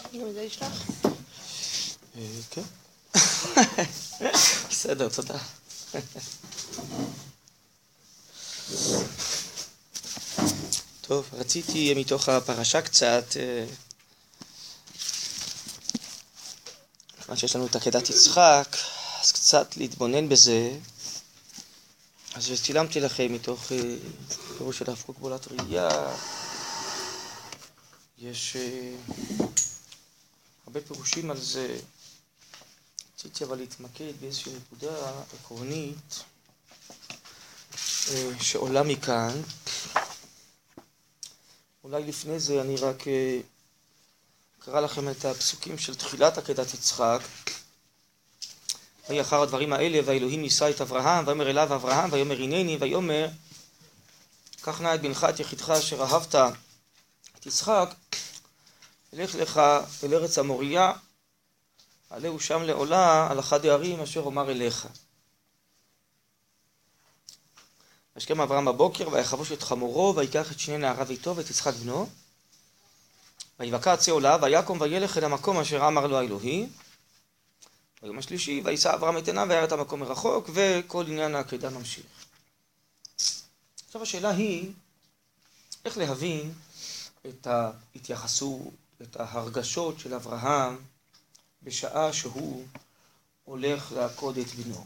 גם זה ישלח? כן. בסדר, תודה. טוב, רציתי מתוך הפרשה קצת, כיוון שיש לנו את עקדת יצחק, אז קצת להתבונן בזה. אז צילמתי לכם מתוך פירוש של הרב קוק בעולת ראייה. יש הרבה פירושים על זה. רציתי אבל להתמקד באיזושהי נקודה עקרונית שעולה מכאן. אולי לפני זה אני רק אקרא לכם את הפסוקים של תחילת עקדת יצחק. ויהי אחר הדברים האלה, והאלוהים נישא את אברהם, ויאמר אליו אברהם, ויאמר הנני, ויאמר קח נא את בנך את יחידך אשר אהבת את יצחק, אלך לך אל ארץ המוריה, עלהו שם לעולה על אחד הערים אשר אומר אליך. וישכם אברהם בבוקר, ויחבוש את חמורו, ויקח את שני נעריו איתו ואת יצחק בנו, ויבקע עצי עולה, ויקום וילך אל המקום אשר אמר לו האלוהים. ביום השלישי, וישא אברהם את עיניו וירא את המקום מרחוק, וכל עניין העקדה ממשיך. עכשיו השאלה היא, איך להבין את ההתייחסות, את ההרגשות של אברהם, בשעה שהוא הולך לעקוד את בנו.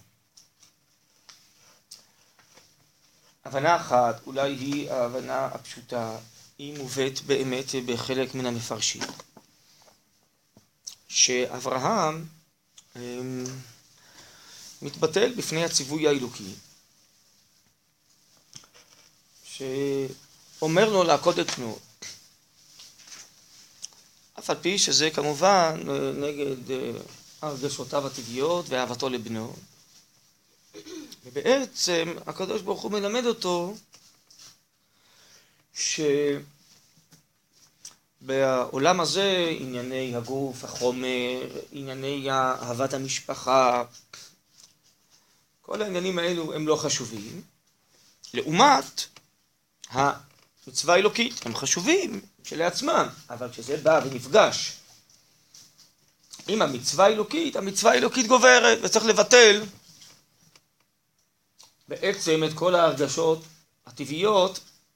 הבנה אחת, אולי היא ההבנה הפשוטה, היא מובאת באמת בחלק מן המפרשים. שאברהם מתבטל בפני הציווי האלוקי, שאומר לו לעקוד את בנו. אף על פי שזה כמובן נגד הרגשותיו הטבעיות ואהבתו לבנו. ובעצם הקדוש ברוך הוא מלמד אותו שבעולם הזה ענייני הגוף, החומר, ענייני אהבת המשפחה, כל העניינים האלו הם לא חשובים. לעומת המצווה האלוקית, הם חשובים שלעצמם, אבל כשזה בא ונפגש עם המצווה האלוקית, המצווה האלוקית גוברת, וצריך לבטל בעצם את כל ההרגשות הטבעיות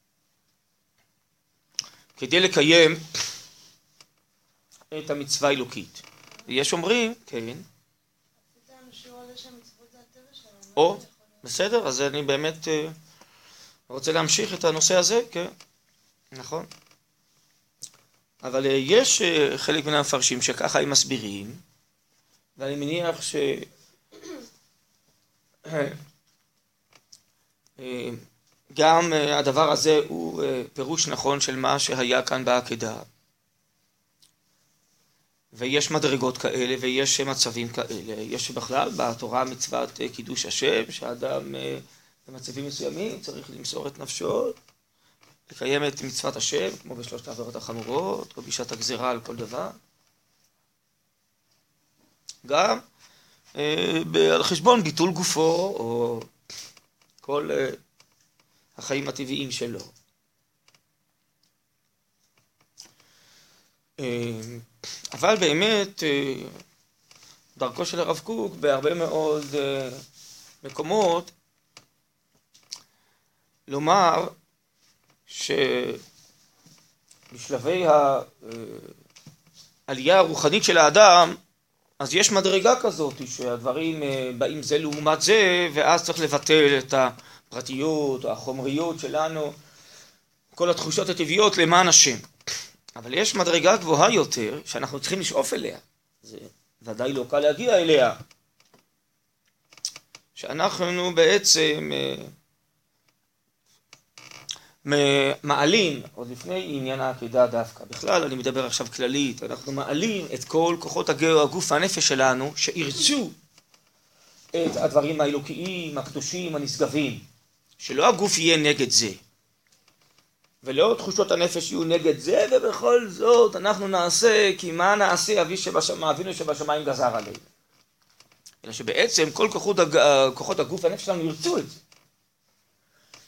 כדי לקיים את המצווה האלוקית. יש אומרים, כן. או, בסדר, אז אני באמת רוצה להמשיך את הנושא הזה, כן, נכון. אבל יש חלק מן המפרשים שככה הם מסבירים, ואני מניח גם הדבר הזה הוא פירוש נכון של מה שהיה כאן בעקדה. ויש מדרגות כאלה ויש מצבים כאלה. יש בכלל בתורה מצוות קידוש השם, שאדם במצבים מסוימים צריך למסור את נפשו, לקיים את מצוות השם, כמו בשלושת העבירות החמורות, או בשעת הגזירה על כל דבר. גם על חשבון ביטול גופו, או כל החיים הטבעיים שלו. אבל באמת דרכו של הרב קוק בהרבה מאוד מקומות לומר שבשלבי העלייה הרוחנית של האדם אז יש מדרגה כזאת שהדברים באים זה לעומת זה, ואז צריך לבטל את הפרטיות או החומריות שלנו, כל התחושות הטבעיות למען השם. אבל יש מדרגה גבוהה יותר שאנחנו צריכים לשאוף אליה. זה ודאי לא קל להגיע אליה. שאנחנו בעצם מעלים, עוד לפני עניין העקדה דווקא, בכלל אני מדבר עכשיו כללית, אנחנו מעלים את כל כוחות הגוף והנפש שלנו שירצו את הדברים האלוקיים, הקדושים, הנשגבים, שלא הגוף יהיה נגד זה, ולא תחושות הנפש יהיו נגד זה, ובכל זאת אנחנו נעשה, כי מה נעשה אבינו שבשמיים גזר עלינו. אלא שבעצם כל כוחות הגוף והנפש שלנו ירצו את זה.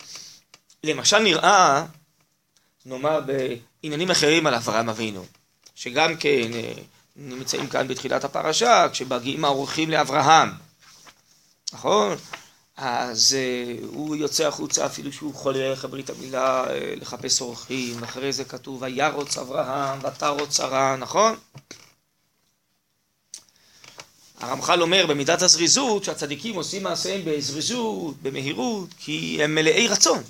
למשל נראה, נאמר בעניינים אחרים על אברהם אבינו, שגם כן נמצאים כאן בתחילת הפרשה, כשמגיעים האורחים לאברהם, נכון? אז הוא יוצא החוצה אפילו שהוא חולה אחרי ברית המילה לחפש אורחים, אחרי זה כתוב וירוץ אברהם ותרוץ שרה, נכון? הרמח"ל אומר במידת הזריזות שהצדיקים עושים מעשיהם בזריזות, במהירות, כי הם מלאי רצון.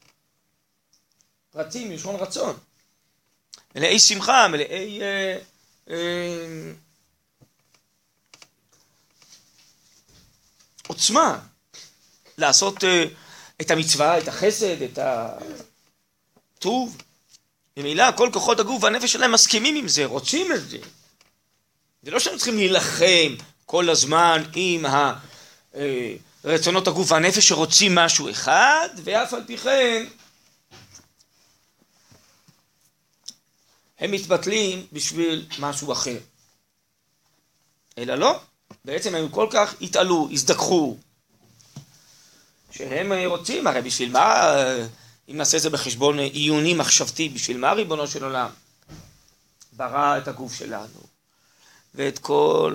רצים, לשון רצון. מלאי שמחה, מלאי עוצמה. לעשות את המצווה, את החסד, את הטוב. במילה, כל כוחות הגוף והנפש שלהם מסכימים עם זה, רוצים את זה. זה לא שהם צריכים להילחם כל הזמן עם רצונות הגוף והנפש שרוצים משהו אחד, ואף על פי כן הם מתבטלים בשביל משהו אחר. אלא לא, בעצם הם כל כך התעלו, הזדככו, שהם רוצים, הרי בשביל מה, אם נעשה את זה בחשבון עיוני מחשבתי, בשביל מה ריבונו של עולם ברא את הגוף שלנו ואת כל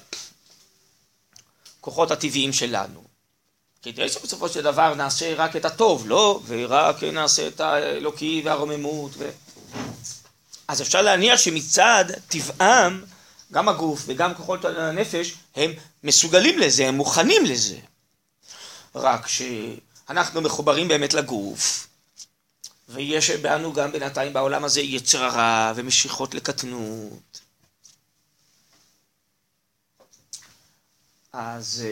הכוחות הטבעיים שלנו, כדי שבסופו של דבר נעשה רק את הטוב, לא? ורק נעשה את האלוקי והרוממות אז אפשר להניח שמצד טבעם גם הגוף וגם כוחות הנפש הם מסוגלים לזה, הם מוכנים לזה, רק שאנחנו מחוברים באמת לגוף, ויש בנו גם בינתיים בעולם הזה יצר הרע ומשיכות לקטנות. אז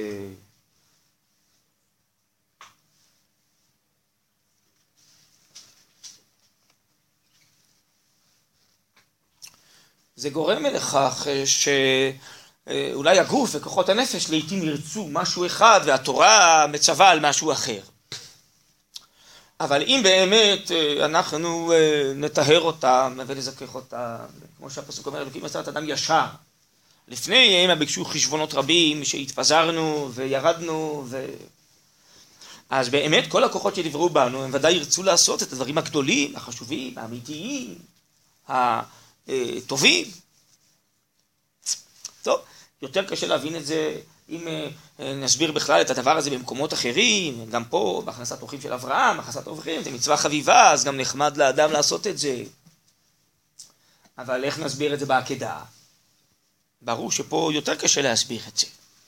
זה גורם לכך שאולי הגוף וכוחות הנפש לעתים ירצו משהו אחד והתורה מצווה על משהו אחר. אבל אם באמת אנחנו נטהר אותם ונזכך אותם, כמו שהפסוק אומר, אלוקים עשה את אדם ישר. לפני הם ביקשו חשבונות רבים שהתפזרנו וירדנו אז באמת כל הכוחות שדברו בנו הם ודאי ירצו לעשות את הדברים הגדולים, החשובים, האמיתיים, טובים. טוב, יותר קשה להבין את זה אם נסביר בכלל את הדבר הזה במקומות אחרים, גם פה בהכנסת אורחים של אברהם, הכנסת אורחים זה מצווה חביבה, אז גם נחמד לאדם לעשות את זה. אבל איך נסביר את זה בעקדה? ברור שפה יותר קשה להסביר את זה.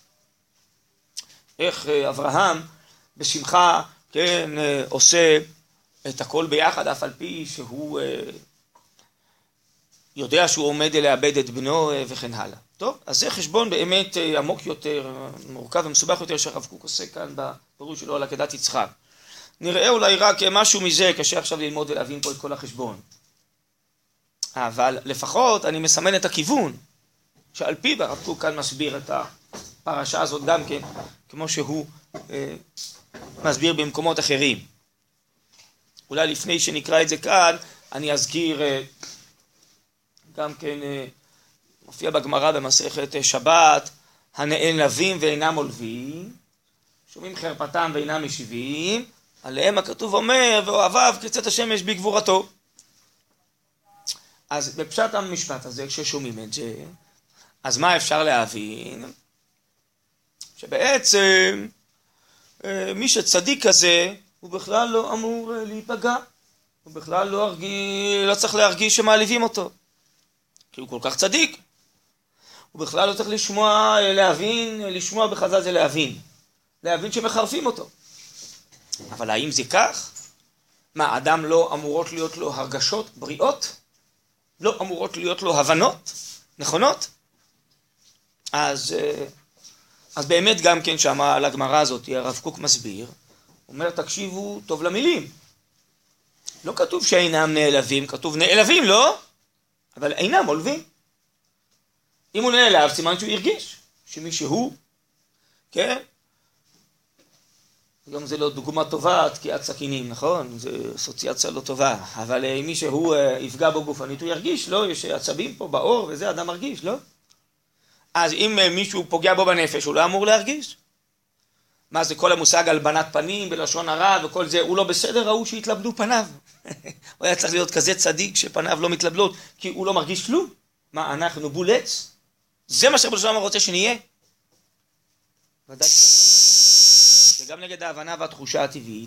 איך אברהם בשמחה, כן, עושה את הכל ביחד, אף על פי שהוא יודע שהוא עומד לאבד את בנו וכן הלאה. טוב, אז זה חשבון באמת עמוק יותר, מורכב ומסובך יותר שהרב קוק עושה כאן בפירוש שלו על עקדת יצחק. נראה אולי רק משהו מזה, קשה עכשיו ללמוד ולהבין פה את כל החשבון. אבל לפחות אני מסמן את הכיוון, שעל פיו הרב קוק כאן מסביר את הפרשה הזאת גם כן, כמו שהוא מסביר במקומות אחרים. אולי לפני שנקרא את זה כאן, אני אזכיר גם כן מופיע בגמרא במסכת שבת, הנעלבים ואינם עולבים, שומעים חרפתם ואינם משיבים, עליהם הכתוב אומר, ואוהביו כצאת השמש בגבורתו. אז בפשט המשפט הזה, כששומעים את זה, אז מה אפשר להבין? שבעצם מי שצדיק כזה, הוא בכלל לא אמור להיפגע, הוא בכלל לא צריך להרגיש שמעליבים אותו. כי הוא כל כך צדיק. הוא בכלל לא צריך לשמוע, להבין, לשמוע בחז"ל זה להבין. להבין שמחרפים אותו. אבל האם זה כך? מה, אדם לא אמורות להיות לו הרגשות בריאות? לא אמורות להיות לו הבנות נכונות? אז באמת גם כן שמה על הגמרא הזאת, הרב קוק מסביר, אומר תקשיבו טוב למילים. לא כתוב שאינם נעלבים, כתוב נעלבים, לא? אבל אינם עולבים. אם הוא נעלב, סימן שהוא הרגיש שמי שהוא, כן? היום זה לא דוגמה טובה, תקיעת סכינים, נכון? זה אסוציאציה לא טובה. אבל אם מי שהוא יפגע בו גופנית, הוא ירגיש, לא? יש עצבים פה באור וזה, אדם מרגיש, לא? אז אם מישהו פוגע בו בנפש, הוא לא אמור להרגיש. מה זה כל המושג על בנת פנים, בלשון הרע וכל זה, הוא לא בסדר, ראו שהתלבדו פניו. הוא היה צריך להיות כזה צדיק שפניו לא מתלבדות, כי הוא לא מרגיש כלום. מה, אנחנו בולץ? זה מה שרבנו שלמה רוצה שנהיה? ודאי שלא. זה גם נגד ההבנה והתחושה הטבעית.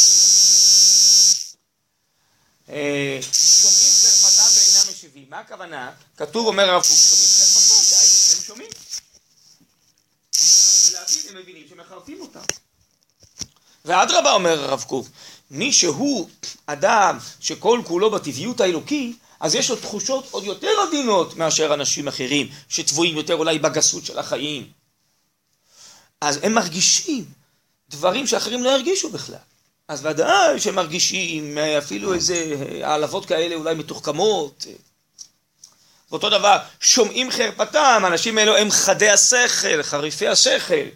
שומעים חרפתם ואינם משיבים. מה הכוונה? כתוב, אומר הרב קוק, שומעים חרפתם, דהיינו שהם שומעים. ולהבין, הם מבינים שמחרפים אותם. ואדרבה, אומר הרב קוק, מי שהוא אדם שכל כולו בטבעיות האלוקי, אז יש לו תחושות עוד יותר עדינות מאשר אנשים אחרים, שטבועים יותר אולי בגסות של החיים. אז הם מרגישים דברים שאחרים לא הרגישו בכלל. אז ודאי שהם מרגישים אפילו איזה העלבות כאלה אולי מתוחכמות. ואותו דבר, שומעים חרפתם, האנשים האלו הם חדי השכל, חריפי השכל.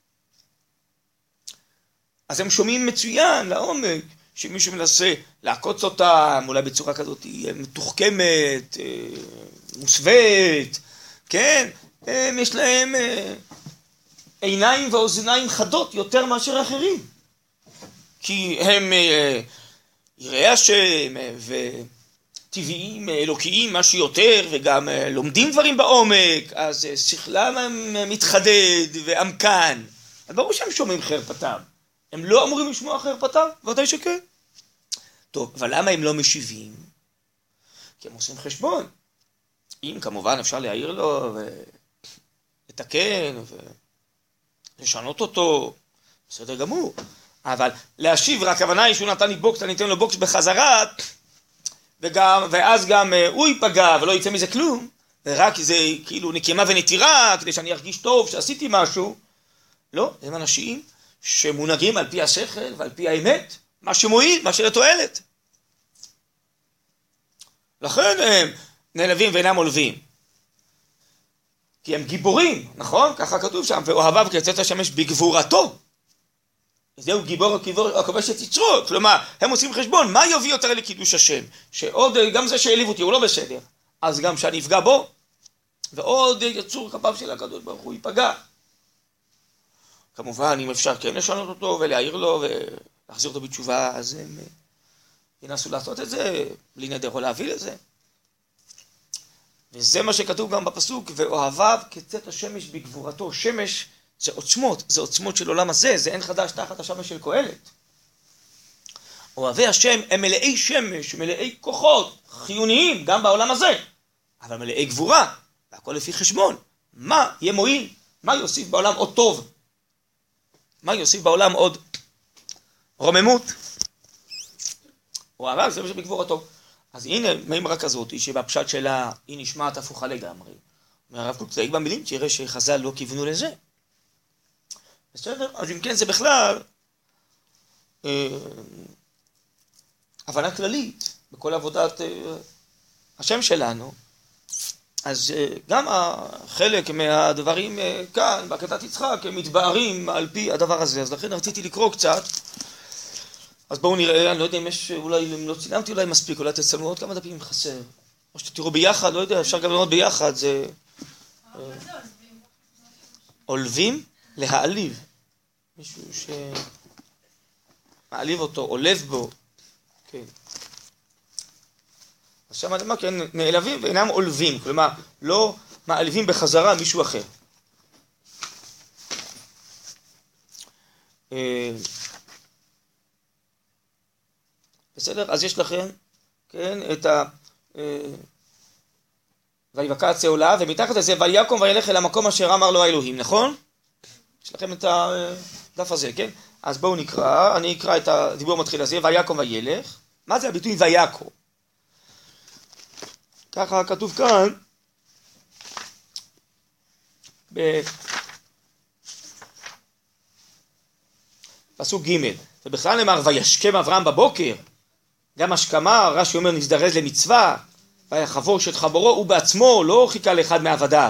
אז הם שומעים מצוין, לעומק, שמישהו מנסה לעקוץ אותם, אולי בצורה כזאת מתוחכמת, מוסווית, כן? יש להם עיניים ואוזניים חדות יותר מאשר אחרים. כי הם יראי השם וטבעיים, אלוקיים, משהו יותר, וגם לומדים דברים בעומק, אז שכלם מתחדד ועמקן. אז ברור שהם שומעים חרפתם. הם לא אמורים לשמוע חרפתם? ודאי שכן. טוב, אבל למה הם לא משיבים? כי הם עושים חשבון. אם כמובן אפשר להעיר לו ולתקן ולשנות אותו, בסדר גמור. אבל להשיב, רק הכוונה היא שהוא נתן לי בוקס, אני אתן לו בוקס בחזרה, ואז גם הוא ייפגע ולא יצא מזה כלום, ורק זה כאילו נקימה ונטירה, כדי שאני ארגיש טוב שעשיתי משהו. לא, הם אנשים שמונהגים על פי השכל ועל פי האמת, מה שמועיל, מה שלתועלת. לכן הם נעלבים ואינם עולבים. כי הם גיבורים, נכון? ככה כתוב שם, ואוהביו כיוצאת השמש בגבורתו. זהו גיבור הכובש את יצרו. כלומר, הם עושים חשבון, מה יביא יותר לקידוש השם? שעוד, גם זה שהעליב אותי, הוא לא בסדר. אז גם שאני אפגע בו, ועוד יצור כפיו של הקדוש ברוך הוא ייפגע. כמובן, אם אפשר כן לשנות אותו ולהעיר לו ולהחזיר אותו בתשובה, אז הם ינסו לעשות את זה, בלי נדר או להביא לזה. וזה מה שכתוב גם בפסוק, ואוהביו כצאת השמש בגבורתו. שמש זה עוצמות של עולם הזה, זה אין חדש תחת השמש של קהלת. אוהבי השם הם מלאי שמש, מלאי כוחות, חיוניים גם בעולם הזה, אבל מלאי גבורה, והכל לפי חשבון. מה יהיה מועיל? מה יוסיף בעולם עוד טוב? מה יוסיף בעולם עוד רוממות? אוהביו זה בגבורתו. אז הנה מימרה כזאת, שבפשט שלה היא נשמעת הפוכה לגמרי. מהרב קוק צייג במילים, תראה שחז"ל לא כיוונו לזה. בסדר? אז אם כן זה בכלל הבנה כללית בכל עבודת השם שלנו. אז גם חלק מהדברים כאן בהקדמת יצחק הם מתבארים על פי הדבר הזה. אז לכן רציתי לקרוא קצת. אז בואו נראה, אני לא יודע אם יש, אולי אם לא צילמתי אולי מספיק, אולי תצלמו עוד כמה דפים חסר. או שתראו ביחד, לא יודע, אפשר גם לראות ביחד, זה עולבים להעליב. מישהו שמעליב אותו, עולב בו. כן. אז שם אני אומר, כן, נעלבים ואינם עולבים, כלומר, לא מעליבים בחזרה מישהו אחר. בסדר? אז יש לכם, כן, את ה... ויבקע הצי עולה, ומתחת לזה, ויקום וילך אל המקום אשר אמר לו האלוהים, נכון? יש לכם את הדף הזה, כן? אז בואו נקרא, אני אקרא את הדיבור המתחיל הזה, ויקום וילך. מה זה הביטוי ויקום? ככה כתוב כאן, בפסוק ג' ובכלל נאמר, וישכם אברהם בבוקר, גם השכמה, רש"י אומר, נזדרז למצווה, ויחבוש את חברו, הוא בעצמו לא חיכה לאחד מעבדיו.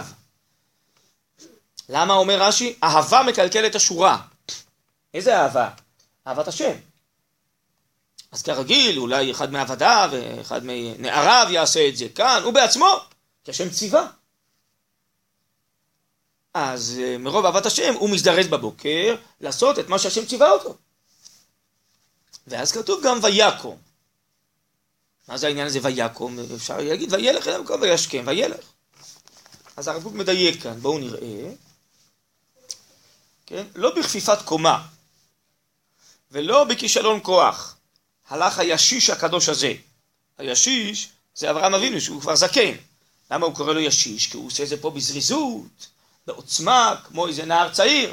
למה אומר רש"י? אהבה מקלקלת השורה. איזה אהבה? אהבת השם. אז כרגיל, אולי אחד מעבדיו, אחד מנעריו יעשה את זה כאן, הוא בעצמו, כי השם ציווה. אז מרוב אהבת השם, הוא מזדרז בבוקר לעשות את מה שהשם ציווה אותו. ואז כתוב גם ויקום. מה זה העניין הזה ויקום? אפשר להגיד וילך אל המקום וישכם, וילך. אז הרב קוק מדייק כאן, בואו נראה. כן? לא בכפיפת קומה, ולא בכישלון כוח, הלך הישיש הקדוש הזה. הישיש זה אברהם אבינו שהוא כבר זקן. למה הוא קורא לו ישיש? כי הוא עושה את זה פה בזריזות, בעוצמה, כמו איזה נער צעיר.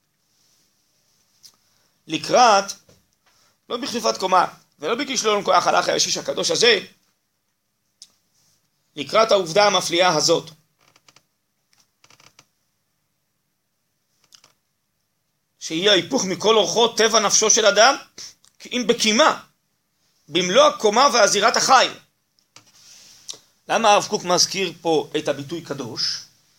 לקראת, לא בכפיפת קומה, ולא בכישלון כוח, הלך הישיש הקדוש הזה, לקראת העובדה המפליאה הזאת. שהיא ההיפוך מכל אורחות טבע נפשו של אדם, כי אם בקימה, במלוא הקומה והזירת החי. למה הרב קוק מזכיר פה את הביטוי קדוש?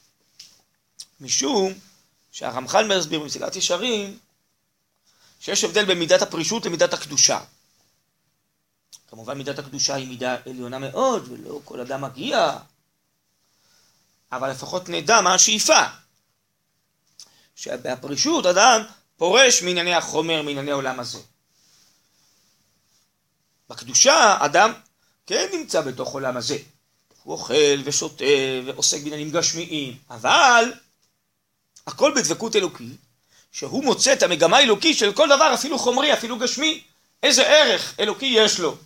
משום שהרמח"ל מסביר במסילת ישרים, שיש הבדל בין מידת הפרישות למידת הקדושה. כמובן מידת הקדושה היא מידה עליונה מאוד, ולא כל אדם מגיע, אבל לפחות נדע מה השאיפה. שבפרישות אדם פורש מענייני החומר, מענייני העולם הזה. בקדושה אדם כן נמצא בתוך עולם הזה. הוא אוכל ושותה ועוסק בעניינים גשמיים, אבל הכל בדבקות אלוקית, שהוא מוצא את המגמה האלוקית של כל דבר, אפילו חומרי, אפילו גשמי, איזה ערך אלוקי יש לו.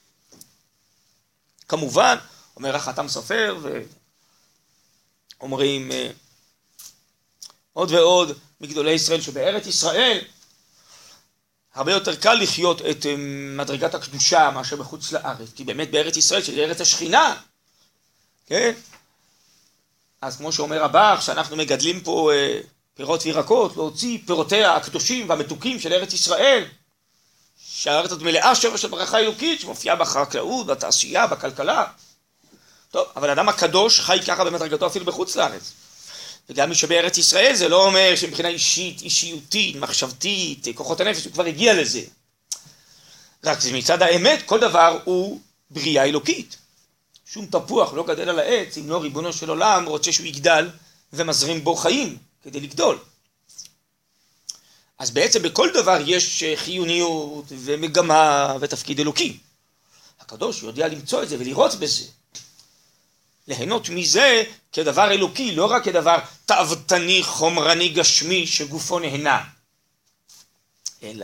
כמובן, אומר החתם סופר, ואומרים עוד ועוד מגדולי ישראל, שבארץ ישראל הרבה יותר קל לחיות את מדרגת הקדושה מאשר בחוץ לארץ, כי באמת בארץ ישראל, שזה ארץ השכינה, כן? אז כמו שאומר הבח, שאנחנו מגדלים פה פירות וירקות, להוציא פירותיה הקדושים והמתוקים של ארץ ישראל, שהארץ הזאת מלאה שפע של ברכה אלוקית, שמופיעה בחקלאות, בתעשייה, בכלכלה. טוב, אבל האדם הקדוש חי ככה במדרגתו אפילו בחוץ לארץ. וגם מי שבארץ ישראל זה לא אומר שמבחינה אישית, אישיותית, מחשבתית, כוחות הנפש, הוא כבר הגיע לזה. רק מצד האמת, כל דבר הוא בריאה אלוקית. שום תפוח לא גדל על העץ, אם לא ריבונו של עולם רוצה שהוא יגדל ומזרים בו חיים כדי לגדול. אז בעצם בכל דבר יש חיוניות ומגמה ותפקיד אלוקי. הקדוש יודע למצוא את זה ולראות בזה. ליהנות מזה כדבר אלוקי, לא רק כדבר תאוותני, חומרני, גשמי, שגופו נהנה. אלא,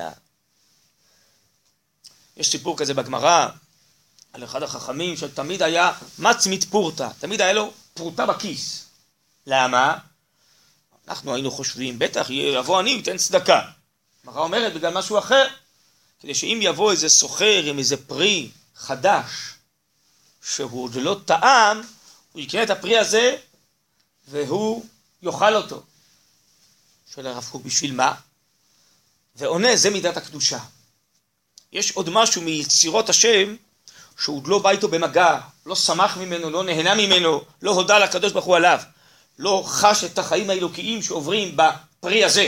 יש סיפור כזה בגמרא, על אחד החכמים שתמיד היה מצמית פורתא, תמיד היה לו פרוטה בכיס. למה? אנחנו היינו חושבים, בטח יבוא אני ותן צדקה. הגמרא אומרת בגלל משהו אחר, כדי שאם יבוא איזה סוחר עם איזה פרי חדש, שהוא עוד לא טעם, הוא יקנה את הפרי הזה, והוא יאכל אותו. שואל הרב קוק, בשביל מה? ועונה, זה מידת הקדושה. יש עוד משהו מיצירות השם, שהוא עוד לא בא איתו במגע, לא שמח ממנו, לא נהנה ממנו, לא הודע לקדוש ברוך הוא עליו, לא חש את החיים האלוקיים שעוברים בפרי הזה.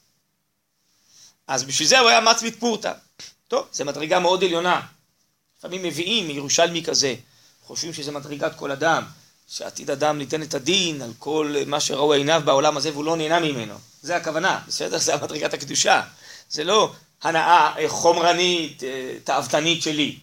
אז בשביל זה הוא היה מצמית פורתא. טוב, זה מדרגה מאוד עליונה. לפעמים מביאים מירושלמי כזה, חושבים שזה מדרגת כל אדם, שעתיד אדם ניתן את הדין על כל מה שראו עיניו בעולם הזה והוא לא נהנה ממנו. זה הכוונה, בסדר? זה המדרגת הקדושה. זה לא הנאה חומרנית, תאוותנית שלי.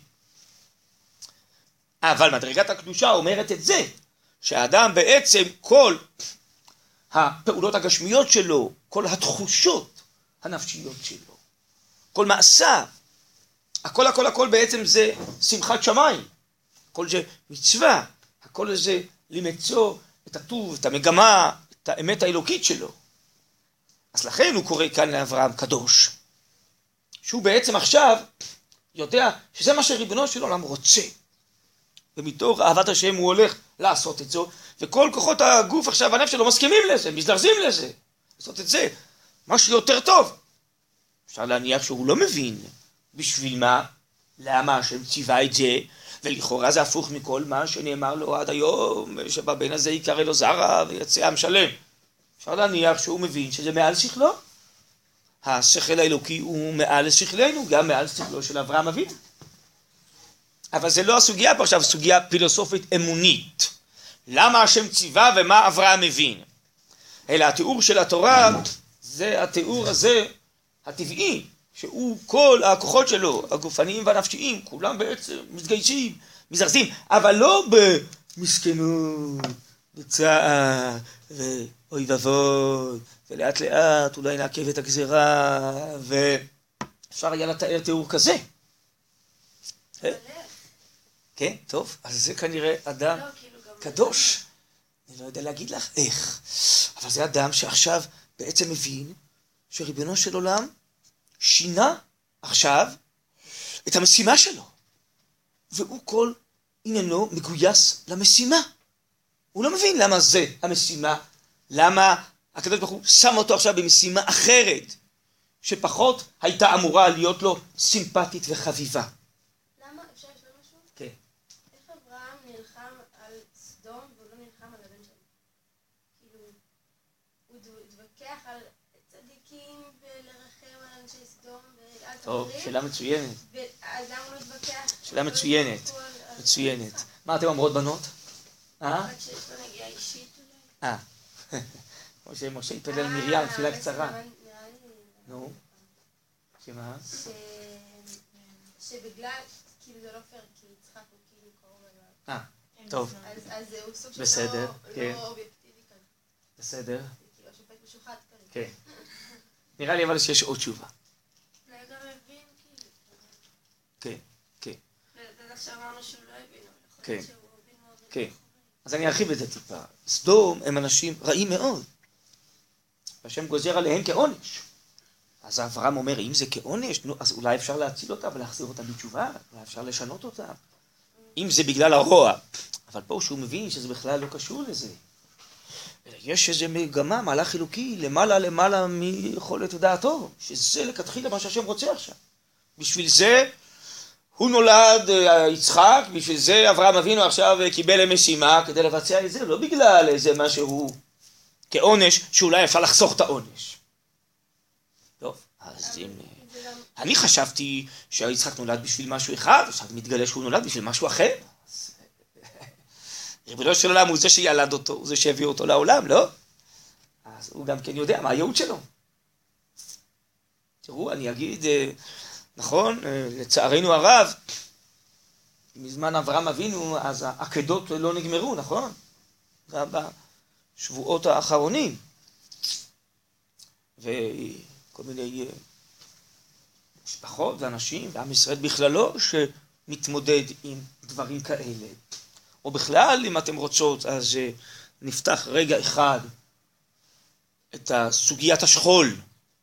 אבל מדרגת הקדושה אומרת את זה, שהאדם בעצם כל הפעולות הגשמיות שלו, כל התחושות הנפשיות שלו, כל מעשיו, הכל הכל הכל בעצם זה שמחת שמיים. הכל זה מצווה, הכל זה למצוא את הטוב, את המגמה, את האמת האלוקית שלו. אז לכן הוא קורא כאן לאברהם קדוש, שהוא בעצם עכשיו יודע שזה מה שריבונו של עולם רוצה. ומתוך אהבת השם הוא הולך לעשות את זה, וכל כוחות הגוף עכשיו הנפש שלו מסכימים לזה, מזדרזים לזה, לעשות את זה, משהו יותר טוב. אפשר להניח שהוא לא מבין בשביל מה, למה השם ציווה את זה, ולכאורה זה הפוך מכל מה שנאמר לו עד היום, שבבן הזה יקרא לו זרע ויצא עם שלם. אפשר להניח שהוא מבין שזה מעל שכלו. השכל האלוקי הוא מעל שכלנו, גם מעל שכלו של אברהם אבינו. אבל זה לא הסוגיה פה עכשיו, סוגיה פילוסופית אמונית. למה השם ציווה ומה אברהם מבין? אלא התיאור של התורה זה התיאור הזה הטבעי, שהוא כל הכוחות שלו, הגופניים והנפשיים, כולם בעצם מתגייסים, מזרזים, אבל לא במסכנות, בצער, ואוי ואבוי, ולאט לאט אולי נעכב את הגזירה, ואפשר היה לתאר תיאור כזה. כן, טוב, אז זה כנראה אדם קדוש. אני לא יודע להגיד לך איך, אבל זה אדם שעכשיו בעצם מבין שריבונו של עולם שינה עכשיו את המשימה שלו. והוא כל עניינו מגויס למשימה. הוא לא מבין למה זה המשימה, למה הקדוש ברוך הוא שם אותו עכשיו במשימה אחרת, שפחות הייתה אמורה להיות לו סימפטית וחביבה. למה? אפשר לשאול משהו? כן. איך אברהם נלחם על סדום והוא לא נלחם על הבן שלו? כאילו, הוא התווכח על צדיקים ולרחם על אנשי סדום ואל תחזיר? טוב, שאלה מצוינת. אז למה הוא לא התווכח? שאלה מצוינת. מצוינת. מה אתם אומרות בנות? רק שיש לו נגיעה אישית אולי? כמו שמשה התפלל מרים, תפילה קצרה. נראה לי... נו. שמה? שבגלל, כאילו זה לא פייר, כי יצחק הוא כאילו קרוב אליו. טוב. אז הוא סוג של בסדר, כן. לא אובייקטיבי כזה. בסדר. כאילו השופט משוחד כזה. כן. נראה לי אבל שיש עוד תשובה. אולי גם הבין כאילו. כן, כן. עכשיו אמרנו שהוא לא הבין, אבל יכול כן. להיות שהוא הבין מאוד. כן. אז אני ארחיב את זה טיפה. סדום הם אנשים רעים מאוד. והשם גוזר עליהם כעונש. אז אברהם אומר, אם זה כעונש, נו, אז אולי אפשר להציל אותה ולהחזיר אותה בתשובה, אולי אפשר לשנות אותה. אם זה בגלל הרוע. אבל פה שהוא מבין שזה בכלל לא קשור לזה. יש איזו מגמה, מהלך אלוקי, למעלה מיכולת דעתו, שזה לכתחילה מה שהשם רוצה עכשיו. בשביל זה הוא נולד יצחק, בשביל זה אברהם אבינו עכשיו קיבל משימה כדי לבצע את זה, לא בגלל איזה משהו כעונש, שאולי אפשר לחסוך את העונש. טוב, אז אם... אני חשבתי שיצחק נולד בשביל משהו אחד, עכשיו מתגלה שהוא נולד בשביל משהו אחר. ריבונו של עולם הוא זה שילד אותו, הוא זה שהביא אותו לעולם, לא? אז הוא גם כן יודע מה הייעוד שלו. תראו, אני אגיד, נכון, לצערנו הרב, מזמן אברהם אבינו, אז העקדות לא נגמרו, נכון? גם בשבועות האחרונים. וכל מיני משפחות ואנשים, ועם ישראל בכללו, שמתמודד עם דברים כאלה. או בכלל, אם אתם רוצות, אז נפתח רגע אחד את סוגיית השכול,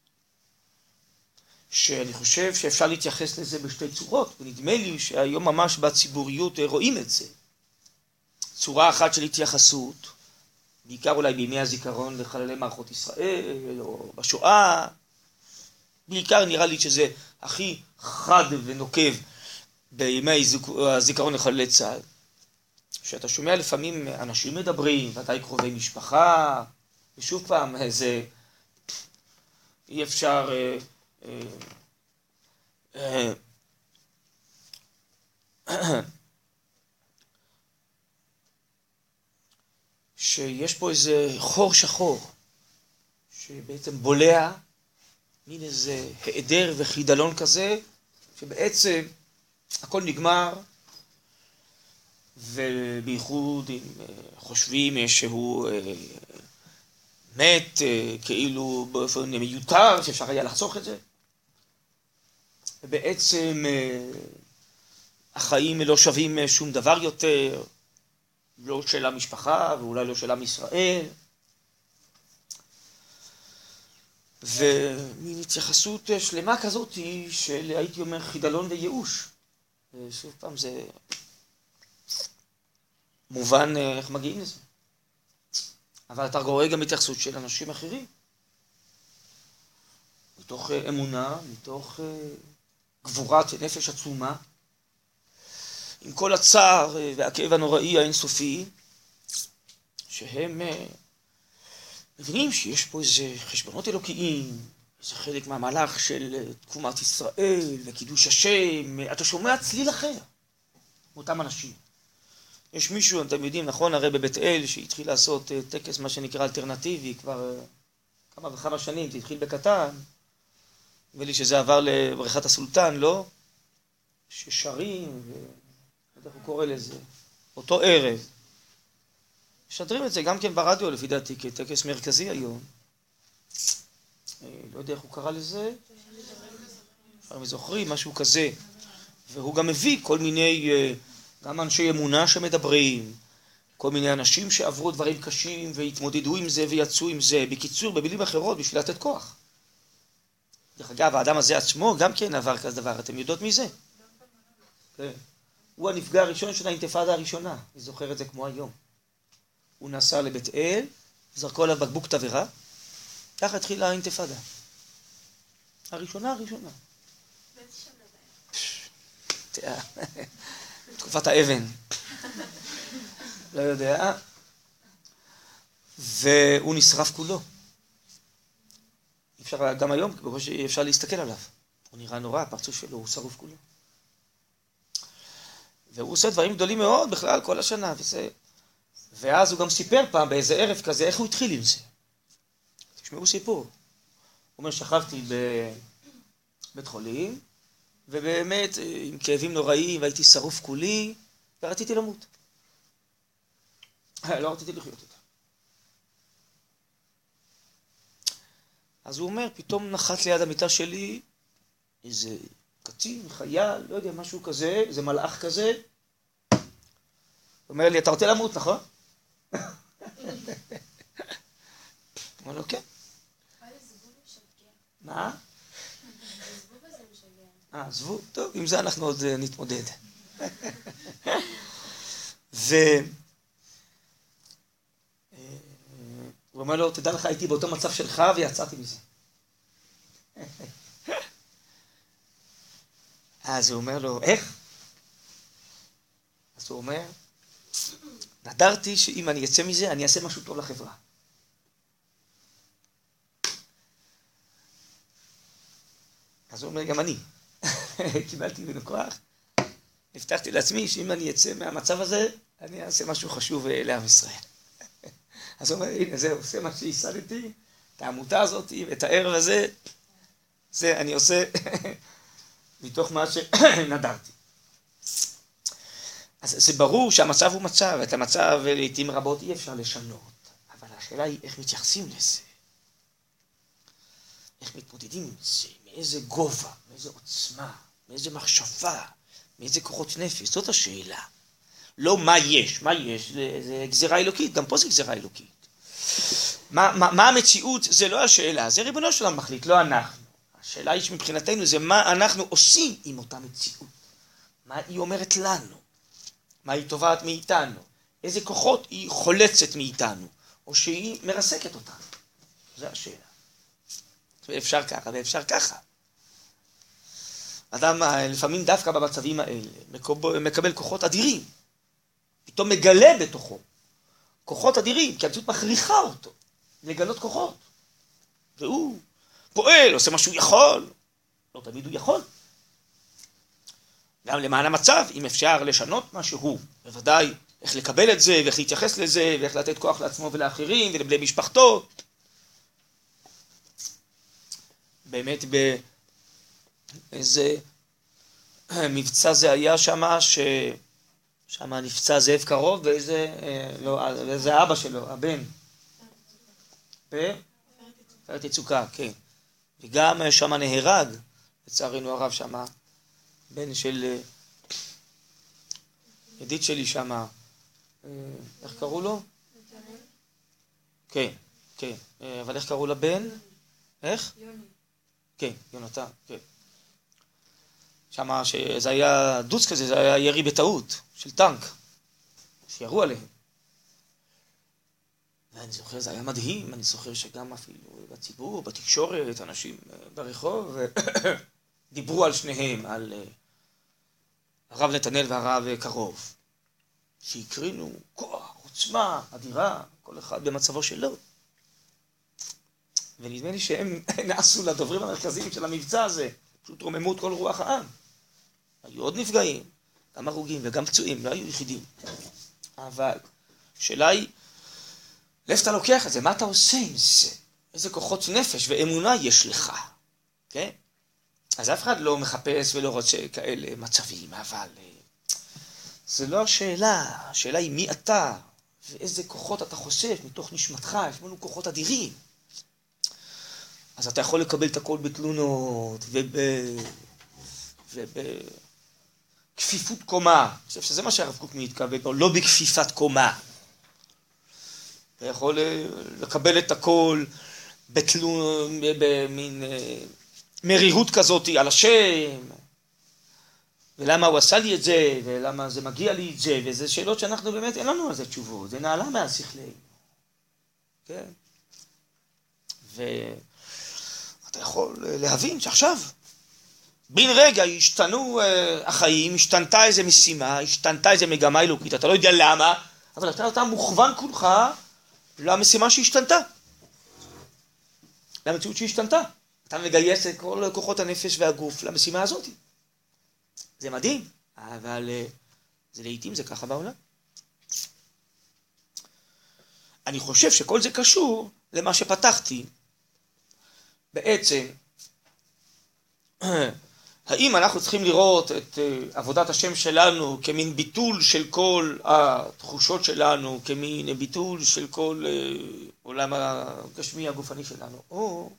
שאני חושב שאפשר להתייחס לזה בשתי צורות, ונדמה לי שהיום ממש בציבוריות רואים את זה. צורה אחת של התייחסות, בעיקר אולי בימי הזיכרון לחללי מערכות ישראל, או בשואה, בעיקר נראה לי שזה הכי חד ונוקב בימי הזיכרון לחללי צה"ל. שאתה שומע לפעמים אנשים מדברים, ודאי קרובי משפחה, ושוב פעם, זה אי אפשר שיש פה איזה חור שחור, שבעצם בולע מין איזה היעדר וחידלון כזה, שבעצם הכל נגמר, ובייחוד אם חושבים שהוא מת כאילו באופן מיותר, שאפשר היה לחסוך את זה. ובעצם החיים לא שווים שום דבר יותר, לא של המשפחה ואולי לא של עם ישראל. ומין התייחסות שלמה כזאת של, הייתי אומר, חידלון וייאוש. שוב פעם זה מובן איך מגיעים לזה. אבל אתה רואה גם התייחסות של אנשים אחרים. מתוך אמונה, מתוך גבורת נפש עצומה, עם כל הצער והכאב הנוראי האינסופי, שהם מבינים שיש פה איזה חשבונות אלוקיים, איזה חלק מהמהלך של תקומת ישראל וקידוש השם. אתה שומע צליל אחר מאותם אנשים. יש מישהו, אתם יודעים, נכון, הרי בבית אל, שהתחיל לעשות טקס, מה שנקרא אלטרנטיבי, כבר כמה וכמה שנים, זה התחיל בקטן, נדמה לי שזה עבר לבריכת הסולטן, לא? ששרים, איך הוא קורא לזה? אותו ערב. משדרים את זה גם כן ברדיו, לפי דעתי, כטקס מרכזי היום. לא יודע איך הוא קרא לזה. אנחנו זוכרים, משהו כזה. והוא גם מביא כל מיני, גם אנשי אמונה שמדברים, כל מיני אנשים שעברו דברים קשים והתמודדו עם זה ויצאו עם זה. בקיצור, במילים אחרות, בשביל לתת כוח. דרך אגב, האדם הזה עצמו גם כן עבר כזה דבר. אתם יודעות מי זה? כן. הוא הנפגע הראשון של האינתיפאדה הראשונה. אני זוכר את זה כמו היום. הוא נסע לבית אל, זרקו עליו בקבוק תבערה, ככה התחילה האינתיפאדה. הראשונה. תקופת האבן. לא יודע. והוא נשרף כולו. אפשר גם היום, אפשר להסתכל עליו. הוא נראה נורא, הפרצוף שלו, הוא שרוף כולו. והוא עושה דברים גדולים מאוד בכלל כל השנה, ואז הוא גם סיפר פעם באיזה ערב כזה, איך הוא התחיל עם זה. תשמעו סיפור. הוא אומר, שכבתי בבית חולים, ובאמת עם כאבים נוראיים, והייתי שרוף כולי, ורציתי למות. לא רציתי לחיות אותה. אז הוא אומר, פתאום נחת ליד המיטה שלי, איזה קצין, חייל, לא יודע, משהו כזה, איזה מלאך כזה. הוא אומר לי, אתה רוצה למות, נכון? אומר לו, כן. מה? זבוב? טוב, עם זה אנחנו עוד נתמודד. והוא אומר לו, תדע לך, הייתי באותו מצב שלך ויצאתי מזה. אז הוא אומר לו, איך? אז הוא אומר, נדרתי שאם אני אצא מזה, אני אעשה משהו טוב לחברה. אז הוא אומר, גם אני. קיבלתי ממנו כוח. הבטחתי לעצמי שאם אני אצא מהמצב הזה, אני אעשה משהו חשוב לעם ישראל. אז הוא אומר, הנה, זה עושה מה שהסדתי, את העמותה הזאת ואת הערב הזה, זה אני עושה מתוך מה שנדרתי. אז זה ברור שהמצב הוא מצב, את המצב לעתים רבות אי אפשר לשנות, אבל השאלה היא איך מתייחסים לזה. איך מתמודדים עם זה, מאיזה גובה, מאיזה עוצמה, מאיזה מחשבה, מאיזה כוחות נפש, זאת השאלה. לא מה יש, זה גזירה אלוקית, גם פה זה גזירה אלוקית. מה המציאות, זה לא השאלה, זה ריבונו של עולם מחליט, לא אנחנו. השאלה היא שמבחינתנו זה מה אנחנו עושים עם אותה מציאות. מה היא אומרת לנו, מה היא תובעת מאיתנו, איזה כוחות היא חולצת מאיתנו, או שהיא מרסקת אותנו. זה השאלה. ואפשר ככה ואפשר ככה. אדם לפעמים דווקא במצבים האלה מקבל כוחות אדירים. פתאום מגלה בתוכו כוחות אדירים, כי המציאות מכריחה אותו לגלות כוחות. והוא פועל, עושה מה שהוא יכול. לא תמיד הוא יכול. גם למען המצב, אם אפשר לשנות משהו, בוודאי איך לקבל את זה, ואיך להתייחס לזה, ואיך לתת כוח לעצמו ולאחרים, ולבני משפחתו. באמת באיזה מבצע זה היה שמה, שמה נפצע זאב קרוב, ואיזה אבא שלו, הבן. בעופרת יצוקה, כן. וגם שמה נהרג, לצערנו הרב שמה, בן של ידיד שלי שמה, איך קראו לו? כן, כן. אבל איך קראו לבן? איך? יוני. כן, יונתן, כן. שמה שזה היה דוץ כזה, זה היה ירי בטעות של טנק, שירו עליהם. ואני זוכר, זה היה מדהים, אני זוכר שגם אפילו בציבור, בתקשורת, אנשים ברחוב, דיברו על שניהם, על הרב נתנאל והרב קרוב, שהקרינו כוח, עוצמה, אדירה, כל אחד במצבו שלו. ונדמה לי שהם נעשו לדוברים המרכזיים של המבצע הזה, פשוט רוממו את כל רוח העם. היו עוד נפגעים, גם הרוגים וגם פצועים, לא היו יחידים. אבל השאלה היא, לאיפה אתה לוקח את זה? מה אתה עושה עם זה? איזה כוחות נפש ואמונה יש לך? כן? אז אף אחד לא מחפש ולא רוצה כאלה מצבים, אבל זה לא השאלה. השאלה היא מי אתה, ואיזה כוחות אתה חושף מתוך נשמתך, יש לנו כוחות אדירים. אז אתה יכול לקבל את הכל בתלונות ובכפיפות קומה. אני חושב שזה מה שהרב קוק מתכוון פה, לא בכפיפת קומה. אתה יכול לקבל את הכל במין מרירות כזאת על השם, ולמה הוא עשה לי את זה, ולמה זה מגיע לי את זה, וזה שאלות שאנחנו באמת אין לנו על זה תשובות, זה נעלה מהשכלנו. כן? ואתה יכול להבין שעכשיו, בין רגע השתנו החיים, השתנתה איזה משימה, השתנתה איזה מגמה אלוקית, אתה לא יודע למה, אבל אתה מוכוון כולך למשימה שהשתנתה. למציאות שהשתנתה. אתה מגייס את כל כוחות הנפש והגוף למשימה הזאת. זה מדהים, אבל זה לעתים זה ככה בעולם. אני חושב שכל זה קשור למה שפתחתי. בעצם, האם אנחנו צריכים לראות את עבודת השם שלנו כמין ביטול של כל התחושות שלנו, כמין ביטול של כל עולם הגשמי הגופני שלנו, או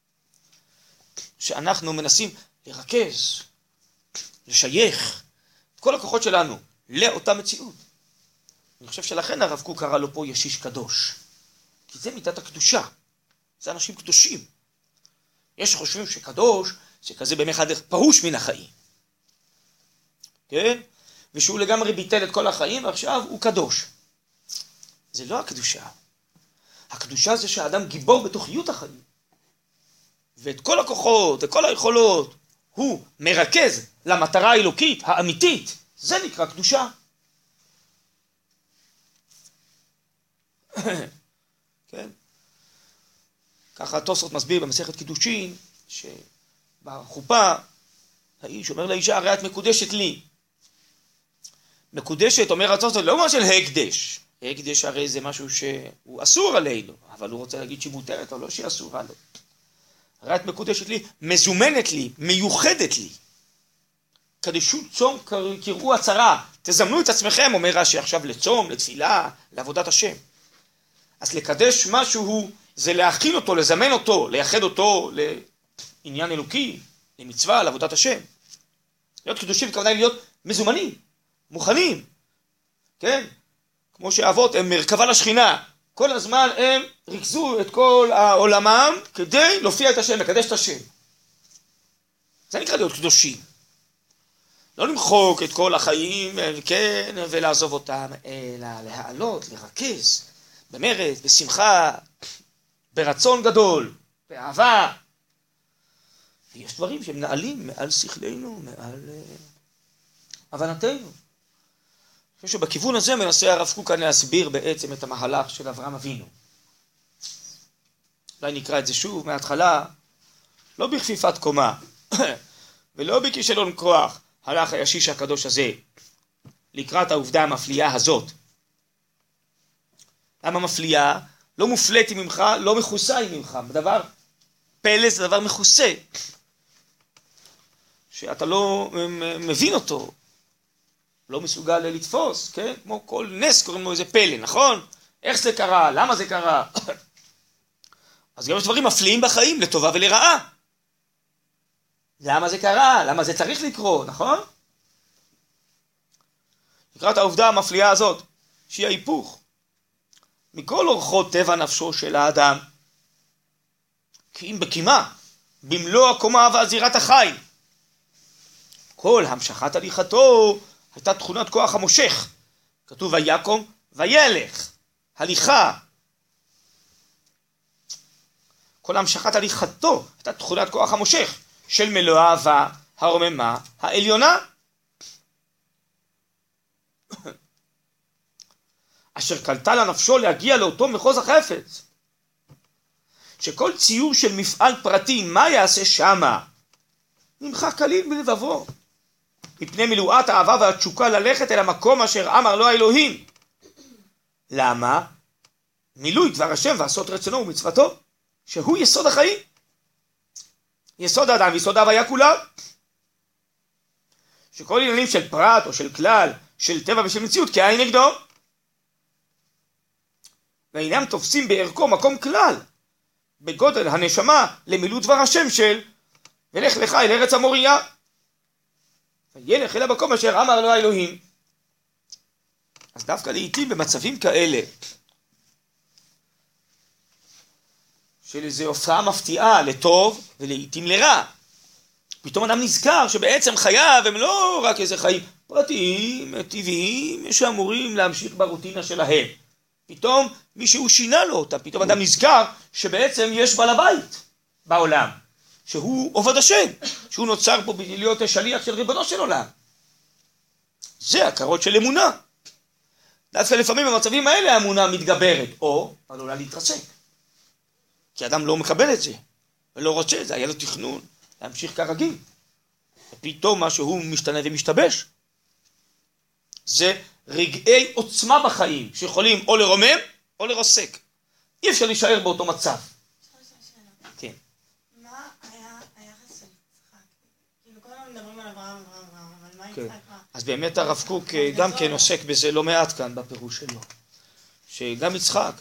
שאנחנו מנסים לרכז, לשייך את כל הכוחות שלנו לאותה מציאות. אני חושב שלכן הרב קוק קרא לו פה ישיש קדוש, כי זה מידת הקדושה, זה אנשים קדושים. יש חושבים שקדוש שכזה באמת פרוש מן החיים, כן? ושהוא לגמרי ביטל את כל החיים ועכשיו הוא קדוש. זה לא הקדושה. הקדושה זה שהאדם גיבור בתוכיות החיים, ואת כל הכוחות וכל היכולות הוא מרכז למטרה האלוקית האמיתית. זה נקרא קדושה. כן? ככה תוספות מסביר במסכת קידושין, שבחופה האיש אומר לאישה, הרי את מקודשת לי. מקודשת, אומר התוספות, לא אומר של הקדש. הקדש הרי זה משהו שהוא אסור עלינו, אבל הוא רוצה להגיד שהיא מותרת, אבל לא שהיא אסורה לו. הרי את מקודשת לי, מזומנת לי, מיוחדת לי. קדשו צום קראו הצרה, תזמנו את עצמכם, אומר רש"י עכשיו לצום, לתפילה, לעבודת השם. אז לקדש משהו זה להכין אותו, לזמן אותו, לייחד אותו לעניין אלוקי, למצווה, לעבודת השם. להיות קדושים כוונה להיות מזומנים, מוכנים, כן? כמו שהאבות הם מרכבה לשכינה, כל הזמן הם ריכזו את כל העולמם כדי להופיע את השם, לקדש את השם. זה נקרא להיות קדושים. לא למחוק את כל החיים, כן, ולעזוב אותם, אלא להעלות, לרכז, במרד, בשמחה, ברצון גדול, באהבה. ויש דברים שהם נעלים מעל שכלנו, מעל הבנתנו. אני חושב שבכיוון הזה מנסה הרב קוק כאן להסביר בעצם את המהלך של אברהם אבינו. אולי נקרא את זה שוב מההתחלה, לא בכפיפת קומה, ולא בכישלון כוח, הלך הישיש הקדוש הזה לקראת העובדה המפליאה הזאת. למה מפליאה? לא מופלטי ממך, לא מכוסה ממך. דבר פלא זה דבר מכוסה, שאתה לא מבין אותו, לא מסוגל לתפוס, כן? כמו כל נס קוראים לו איזה פלא, נכון? איך זה קרה? למה זה קרה? אז גם יש דברים מפליאים בחיים, לטובה ולרעה. למה זה קרה? למה זה צריך לקרות, נכון? לקראת העובדה המפליאה הזאת, שהיא ההיפוך מכל אורחות טבע נפשו של האדם, כי אם בקימה, במלוא הקומה והזירת החי, כל המשכת הליכתו הייתה תכונת כוח המושך. כתוב ויקום וילך, הליכה. כל המשכת הליכתו הייתה תכונת כוח המושך של מלוא האהבה הרוממה העליונה. אשר קלטה לנפשו להגיע לאותו מחוז החפץ. שכל ציור של מפעל פרטי, מה יעשה שמה? נמחק כליל בלבבו. מפני מילואת האהבה והתשוקה ללכת אל המקום אשר אמר לו האלוהים. למה? מילוי דבר השם ועשות רצונו ומצוותו, שהוא יסוד החיים. יסוד האדם ויסוד ההוויה כולה. שכל עניינים של פרט או של כלל, של טבע ושל מציאות, כי אין נגדו. ואינם תופסים בערכו מקום כלל, בגודל הנשמה למילוי דבר השם של ולך לך אל ארץ המוריה. וילך אל המקום אשר אמר לו האלוהים. אז דווקא לעתים במצבים כאלה, של איזו הופעה מפתיעה לטוב ולעתים לרע, פתאום אדם נזכר שבעצם חייו הם לא רק איזה חיים פרטיים, טבעיים, שאמורים להמשיך ברוטינה שלהם. פתאום מישהו שינה לו אותה, פתאום אדם נזכר שבעצם יש בעל הבית בעולם, שהוא עובד השם, שהוא נוצר פה להיות השליח של ריבונו של עולם. זה הכרות של אמונה. דווקא לפעמים במצבים האלה האמונה מתגברת, או עלולה להתרסק. כי אדם לא מקבל את זה, ולא רוצה את זה, היה לו תכנון להמשיך כרגיל. ופתאום משהו משתנה ומשתבש. זה רגעי עוצמה בחיים, שיכולים או לרומם או לרוסק. אי אפשר להישאר באותו מצב. כן. מה היה היחס של יצחק? כאילו כל הזמן מדברים על אברהם, אבל מה כן. יצחק? אז באמת הרב קוק גם כן עוסק בזה לא מעט כאן בפירוש שלו. שגם יצחק,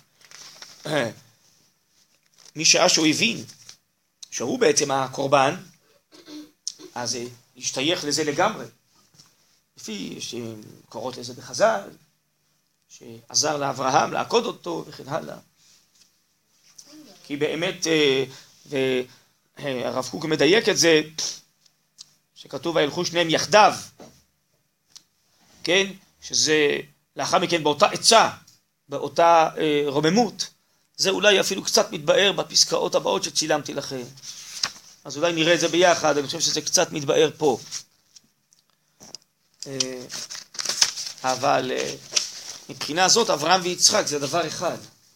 משעה שהוא הבין שהוא בעצם הקורבן, אז השתייך לזה לגמרי. לפי שקוראות לזה בחז"ל, שעזר לאברהם לעקוד אותו וכן הלאה. כי באמת, והרב קוק מדייק את זה, שכתוב וילכו שניהם יחדיו, כן? שזה לאחר מכן באותה עצה, באותה רוממות. זה אולי אפילו קצת מתבאר בפסקאות הבאות שצילמתי לכם. אז אולי נראה את זה ביחד, אני חושב שזה קצת מתבאר פה. אבל מבחינה זאת אברהם ויצחק זה דבר אחד.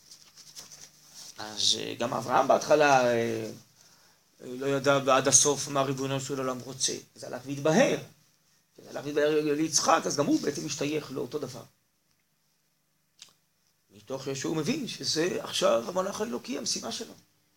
אז גם אברהם בהתחלה לא ידע בעד הסוף מה ריבונו של עולם רוצה. זה הלך והתבהר. זה הלך והתבהר ליצחק, אז גם הוא בעצם משתייך לאותו דבר. מתוך שהוא מבין שזה עכשיו המלאך האלוקי, המשימה שלו.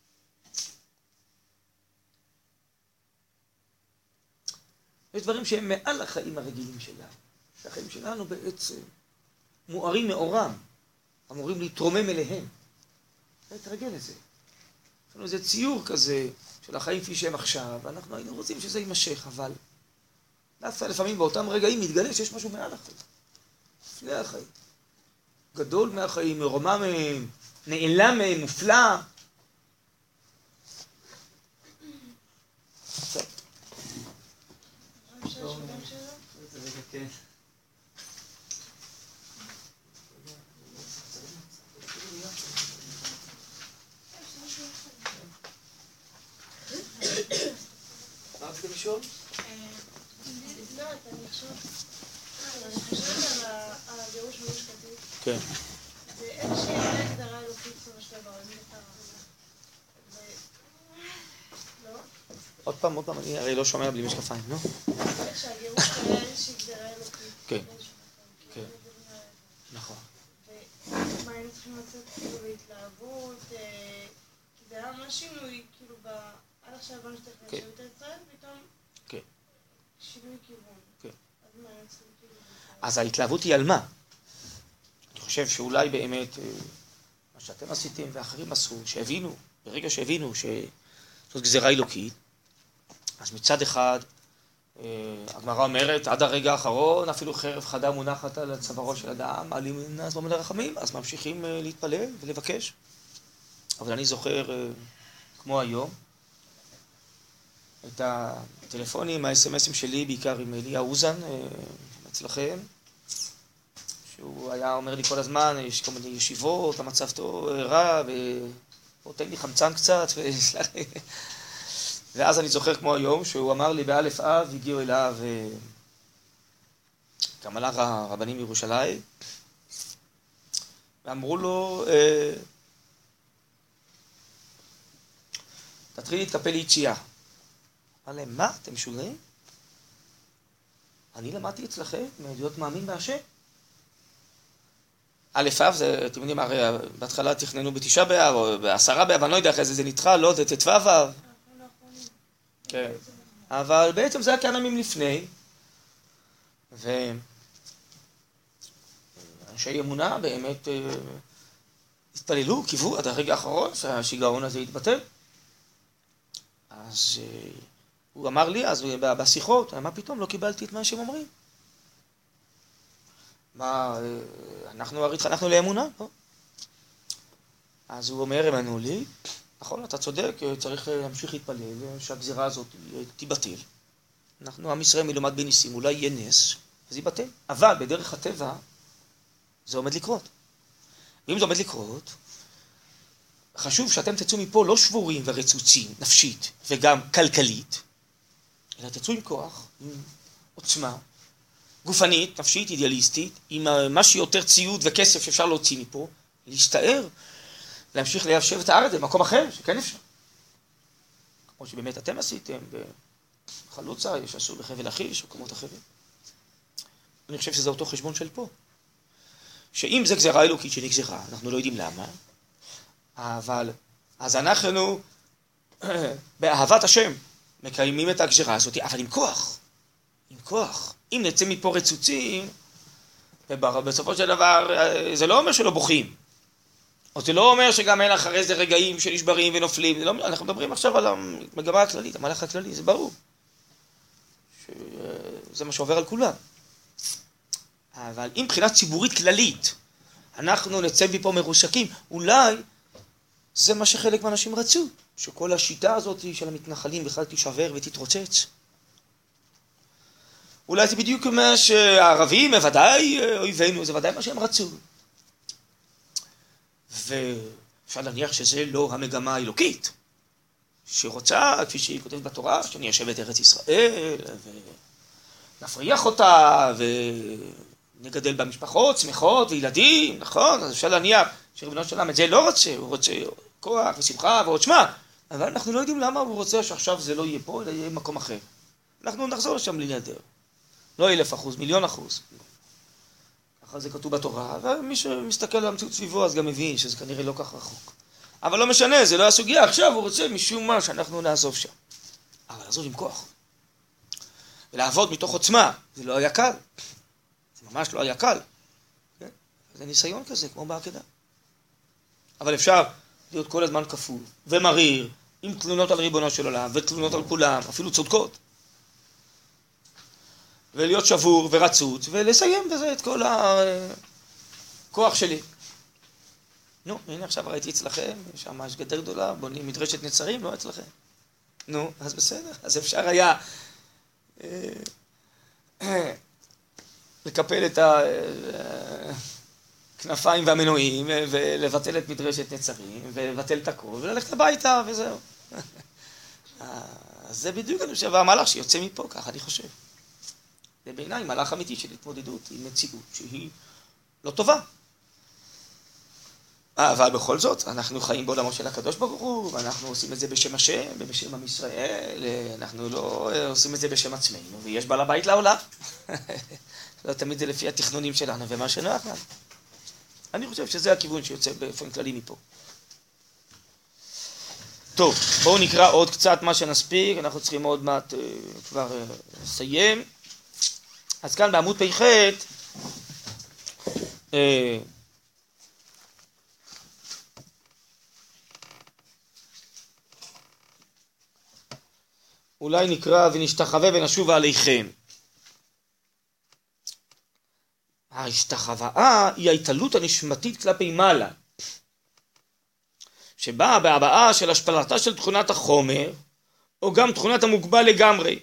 יש דברים שהם מעל החיים הרגילים שלנו. שהחיים שלנו בעצם מוארים מאורם, אמורים להתרומם אליהם. להתרגל לזה. יש לנו איזה ציור כזה של החיים כפי שהם עכשיו, ואנחנו היינו רוצים שזה יימשך, אבל דווקא לפעמים באותם רגעים מתגלה שיש משהו מעל החיים. לפני החיים. גדול מהחיים, מרומם מהם, נעלם מהם, מופלא. כן. מה רציתם לשאול? לא, אני חושבת על הגירוש מגוש קטיף. כן. זה איזושהי הגדרה אלוקית של דבר, לא? עוד פעם, אני הרי לא שומע בלי משקפיים, נו? שהגירוש היה איזושהי הגדרה אלוקית. כן. כן. נכון. ומה היינו צריכים לצאת כאילו בהתלהבות, כי זה היה ממש שינוי, כאילו עד עכשיו בוא נשתתף לשבת את ישראל, ופתאום שינוי כיוון. כן. אז מה היינו צריכים כאילו... אז ההתלהבות היא על מה? אני חושב שאולי באמת מה שאתם עשיתם ואחרים עשו, שהבינו, ברגע שהבינו שזאת גזירה אלוקית, אז מצד אחד הגמרא אומרת, עד הרגע האחרון אפילו חרב חדה מונחת על צווארו של אדם, מעלים אז במו לרחמים, אז ממשיכים להתפלל ולבקש. אבל אני זוכר, כמו היום, את הטלפונים, ה-SMSים שלי, בעיקר עם אליה אוזן, אצלכם, שהוא היה אומר לי כל הזמן, יש כל מיני ישיבות, המצב טוב, רע, ותן לי חמצן קצת, ואז אני זוכר כמו היום, שהוא אמר לי באלף אב, הגיעו אליו כמה רבנים מירושלים, ואמרו לו, תתחיל להתקפל ליציאה. אמר להם, מה? אתם משוגעים? אני למדתי אצלכם להיות מאמין בהשם. א' אב זה, אתם יודעים, הרי בהתחלה תכננו בתשעה באב, או בעשרה באב, אני לא יודע אחרי זה נדחה, לא, זה ט"ו אב. כן. אבל בעצם זה היה כמה ימים לפני, ואנשי אמונה באמת התפללו, קיוו עד הרגע האחרון שהשיגעון הזה יתבטל. אז הוא אמר לי, אז בשיחות, מה פתאום לא קיבלתי את מה שהם אומרים? מה, אנחנו הרי התחנכנו לאמונה, לא? אז הוא אומר, הם ענו לי, נכון, אתה צודק, צריך להמשיך להתפלל, שהגזירה הזאת תיבטל. אנחנו, עם ישראל מלומד בניסים, אולי יהיה נס, אז ייבטל. אבל בדרך הטבע, זה עומד לקרות. ואם זה עומד לקרות, חשוב שאתם תצאו מפה לא שבורים ורצוצים, נפשית וגם כלכלית, אלא תצאו עם כוח, עם עוצמה, גופנית, נפשית, אידיאליסטית, עם מה שיותר ציוד וכסף שאפשר להוציא מפה, להשתער, להמשיך ליישב את הארץ במקום אחר, שכן אפשר. כמו שבאמת אתם עשיתם בחלוצה, יש עשו בחבל לכיש או כמות אחרים. אני חושב שזה אותו חשבון של פה. שאם זה גזירה אלוקית שנגזרה, אנחנו לא יודעים למה, אבל אז אנחנו באהבת השם מקיימים את הגזירה הזאת, אבל עם כוח. עם כוח. אם נצא מפה רצוצים, בסופו של דבר זה לא אומר שלא בוכים. או זה לא אומר שגם אין אחרי זה רגעים שנשברים ונופלים. לא, אנחנו מדברים עכשיו על המגמה הכללית, המהלך הכללי, זה ברור. זה מה שעובר על כולם. אבל אם מבחינה ציבורית כללית, אנחנו נצא מפה מרושקים, אולי זה מה שחלק מהאנשים רצו, שכל השיטה הזאת של המתנחלים בכלל תישבר ותתרוצץ. אולי זה בדיוק מה שהערבים, ודאי אויבינו, זה ודאי מה שהם רצו. ואפשר להניח שזה לא המגמה האלוקית, שרוצה, כפי שהיא כותבת בתורה, שאני אשב את ארץ ישראל, ונפריח אותה, ונגדל בה משפחות, שמחות וילדים, נכון? אז אפשר להניח שריבונו של עולם את זה לא רוצה, הוא רוצה כוח ושמחה ועוצמה, אבל אנחנו לא יודעים למה הוא רוצה שעכשיו זה לא יהיה פה, אלא יהיה במקום אחר. אנחנו נחזור לשם בלי נדר. לא 1,000%, 1,000,000%. ככה זה כתוב בתורה, ומי שמסתכל על המציאות סביבו אז גם מבין שזה כנראה לא כך רחוק. אבל לא משנה, זה לא הסוגיה, עכשיו הוא רוצה משום מה שאנחנו נעזוב שם. אבל לעזוב עם כוח. ולעבוד מתוך עוצמה, זה לא היה קל. זה ממש לא היה קל. כן? זה ניסיון כזה, כמו בעקדה. אבל אפשר להיות כל הזמן כפול ומריר, עם תלונות על ריבונו של עולם, ותלונות על כולם, אפילו צודקות. ולהיות שבור ורצות, ולסיים בזה את כל הכוח שלי. נו, הנה עכשיו ראיתי אצלכם, שם יש גדר גדולה, בונים מדרשת נצרים, לא אצלכם. נו, אז בסדר, אז אפשר היה לקפל את הכנפיים והמנועים, ולבטל את מדרשת נצרים, ולבטל את הכל, וללכת הביתה, וזהו. אז זה בדיוק, אני חושב, המהלך שיוצא מפה, ככה אני חושב. זה בעיניי מהלך אמיתי של התמודדות עם מציאות שהיא לא טובה. אבל בכל זאת, אנחנו חיים בעולמו של הקדוש ברוך הוא, ואנחנו עושים את זה בשם השם, ובשם עם ישראל, אנחנו לא עושים את זה בשם עצמנו, ויש בעל הבית לעולם. לא תמיד זה לפי התכנונים שלנו, ומה שנוח לנו. אני חושב שזה הכיוון שיוצא באופן כללי מפה. טוב, בואו נקרא עוד קצת מה שנספיק, אנחנו צריכים עוד מעט כבר לסיים. אז כאן בעמוד פ"ח, אולי נקרא ונשתחווה ונשובה עליכם. ההשתחוואה היא ההתעלות הנשמתית כלפי מעלה, שבאה בהבעה של השפלתה של תכונת החומר, או גם תכונת המוגבל לגמרי.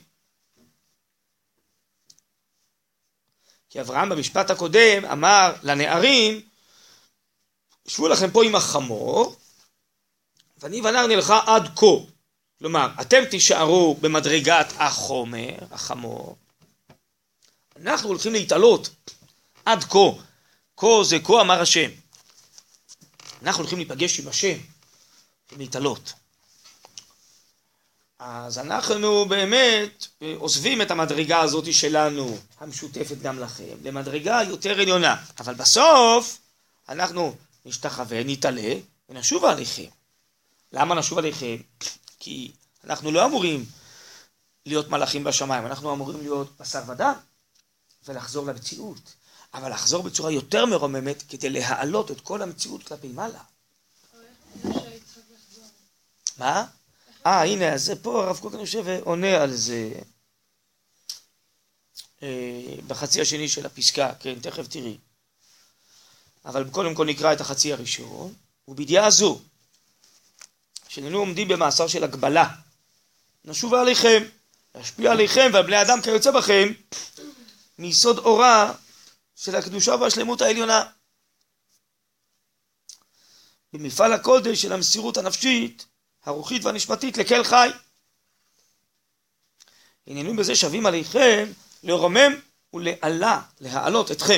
כי אברהם במשפט הקודם אמר לנערים, שבו לכם פה עם החמור, ואני ונער נלכה עד כה. כלומר, אתם תישארו במדרגת החומר, החמור. אנחנו הולכים להתעלות עד כה. כה זה כה אמר השם. אנחנו הולכים להיפגש עם השם, להתעלות. אז אנחנו באמת עוזבים את המדרגה הזאת שלנו, המשותפת גם לכם, למדרגה יותר עליונה. אבל בסוף אנחנו נשתחווה, נתעלה ונשוב עליכם. למה נשוב עליכם? כי אנחנו לא אמורים להיות מלאכים בשמיים, אנחנו אמורים להיות בשר ודם ולחזור למציאות. אבל לחזור בצורה יותר מרוממת כדי להעלות את כל המציאות כלפי מעלה. מה? הנה, אז פה הרב קוק אני חושב עונה על זה בחצי השני של הפסקה, כן, תכף תראי. אבל קודם כל נקרא את החצי הראשון, ובידיעה זו, שננו עומדים במאסר של הגבלה, נשובה עליכם, להשפיע עליכם ועל בני אדם כיוצא בכם, מיסוד אורה של הקדושה והשלמות העליונה. במפעל הקודש של המסירות הנפשית, הרוחית והנשמתית לכל חי. הננו בזה שווים עליכם לרומם להעלות אתכם.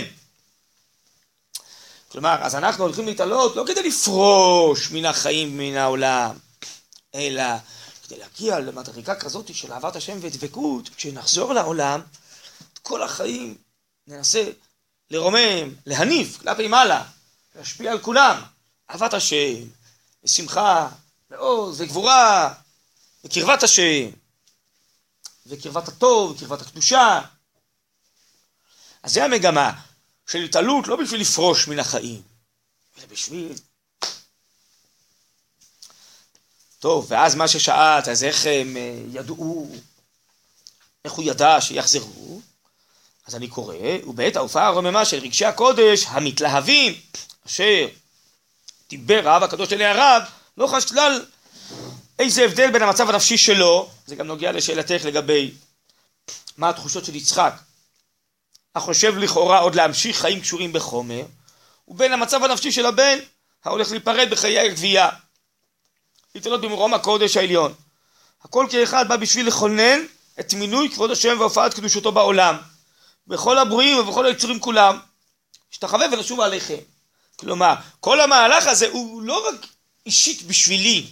כלומר, אז אנחנו הולכים להתעלות לא כדי לפרוש מן החיים מן העולם, אלא כדי להגיע למדרגה כזאת של אהבת השם ודבקות, כשנחזור לעולם, את כל החיים ננסה לרומם, להניף כלפי מעלה, להשפיע על כולם, אהבת השם, ושמחה, ועוז, וגבורה, וקרבת השם, וקרבת הטוב, וקרבת הקדושה. אז זה המגמה של התעלות, לא בשביל לפרוש מן החיים, אלא בשביל... טוב, ואז מה ששאלת, אז איך הם ידעו, איך הוא ידע שיחזרו? אז אני קורא, ובעת ההופעה הרוממה של רגשי הקודש המתלהבים, אשר דיבר האב הקדוש אלי הרב, לא חש כלל איזה הבדל בין המצב הנפשי שלו, זה גם נוגע לשאלתך לגבי מה התחושות של יצחק, החושב לכאורה עוד להמשיך חיים קשורים בחומר, ובין המצב הנפשי של הבן, ההולך להיפרד בחיי הגבייה, להתעלות במרום הקודש העליון. הכל כאחד בא בשביל לכונן את מינוי כבוד השם והופעת קדושתו בעולם, בכל הברואים ובכל היצורים כולם, שתחווה ונשוב עליכם. כלומר, כל המהלך הזה הוא לא רק אישית בשבילי,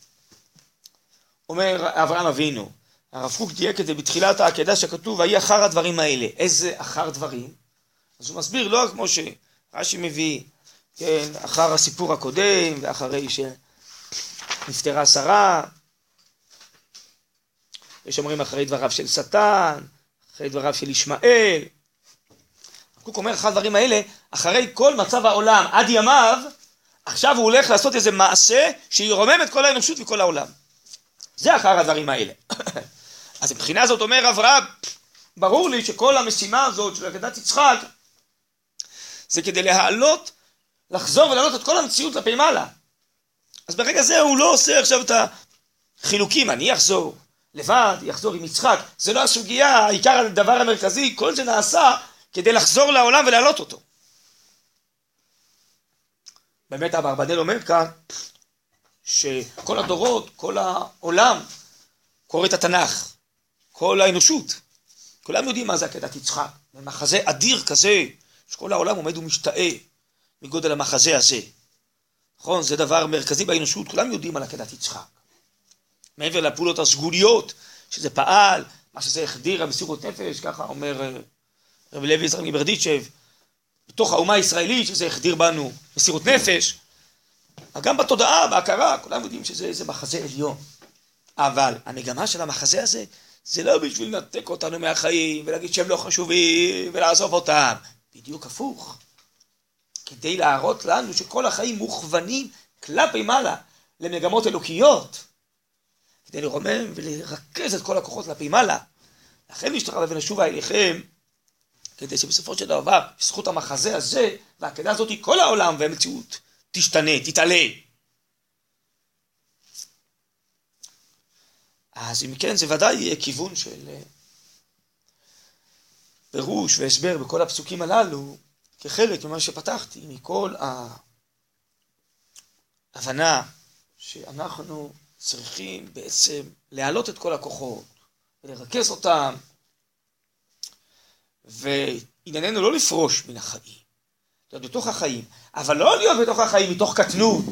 אומר אברהם אבינו. הרב קוק דייק את זה בתחילת העקדה שכתוב, ויהי אחר הדברים האלה. איזה אחר דברים? אז הוא מסביר, לא כמו שרש"י מביא, כן, אחר הסיפור הקודם, ואחרי שנפטרה שרה, יש אומרים אחרי דבריו של שטן, אחרי דבריו של ישמעאל. הרב קוק אומר, אחר הדברים האלה, אחרי כל מצב העולם עד ימיו, עכשיו הוא הולך לעשות איזה מעשה שירומם את כל האנושות וכל העולם. זה אחר הדברים האלה. אז מבחינה זאת אומר אברהם, ברור לי שכל המשימה הזאת של עקדת יצחק, זה כדי להעלות, לחזור ולהעלות את כל המציאות לפי מעלה. אז ברגע זה הוא לא עושה עכשיו את החילוקים, אני אחזור לבד, יחזור עם יצחק, זה לא הסוגיה, העיקר הדבר המרכזי, כל זה נעשה כדי לחזור לעולם ולהעלות אותו. באמת אברבנאל אומר כאן, שכל הדורות, כל העולם, קורא את התנ"ך, כל האנושות, כולם יודעים מה זה עקדת יצחק, מחזה אדיר כזה, שכל העולם עומד ומשתאה מגודל המחזה הזה. נכון, זה דבר מרכזי באנושות, כולם יודעים על עקדת יצחק. מעבר לפעולות הסגוליות, שזה פעל, מה שזה החדיר, המסירות נפש, ככה אומר רבי לוי יצחק מברדיצ'ב, בתוך האומה הישראלית, שזה החדיר בנו מסירות נפש, גם בתודעה, בהכרה, כולם יודעים שזה מחזה עליון. אבל המגמה של המחזה הזה, זה לא בשביל לנתק אותנו מהחיים, ולהגיד שהם לא חשובים, ולעזוב אותם. בדיוק הפוך. כדי להראות לנו שכל החיים מוכוונים כלפי מעלה, למגמות אלוקיות. כדי לרומם ולרכז את כל הכוחות כלפי מעלה. לכן נשתחווה ונשובה אליכם, כדי שבסופו של דבר, בזכות המחזה הזה, והעקדה הזאת, כל העולם והמציאות תשתנה, תתעלה. אז אם כן, זה ודאי כיוון של פירוש והסבר בכל הפסוקים הללו, כחלק ממה שפתחתי, מכל ההבנה שאנחנו צריכים בעצם להעלות את כל הכוחות, ולרכז אותם, וענייננו לא לפרוש מן החיים, להיות בתוך החיים, אבל לא להיות בתוך החיים מתוך קטנות,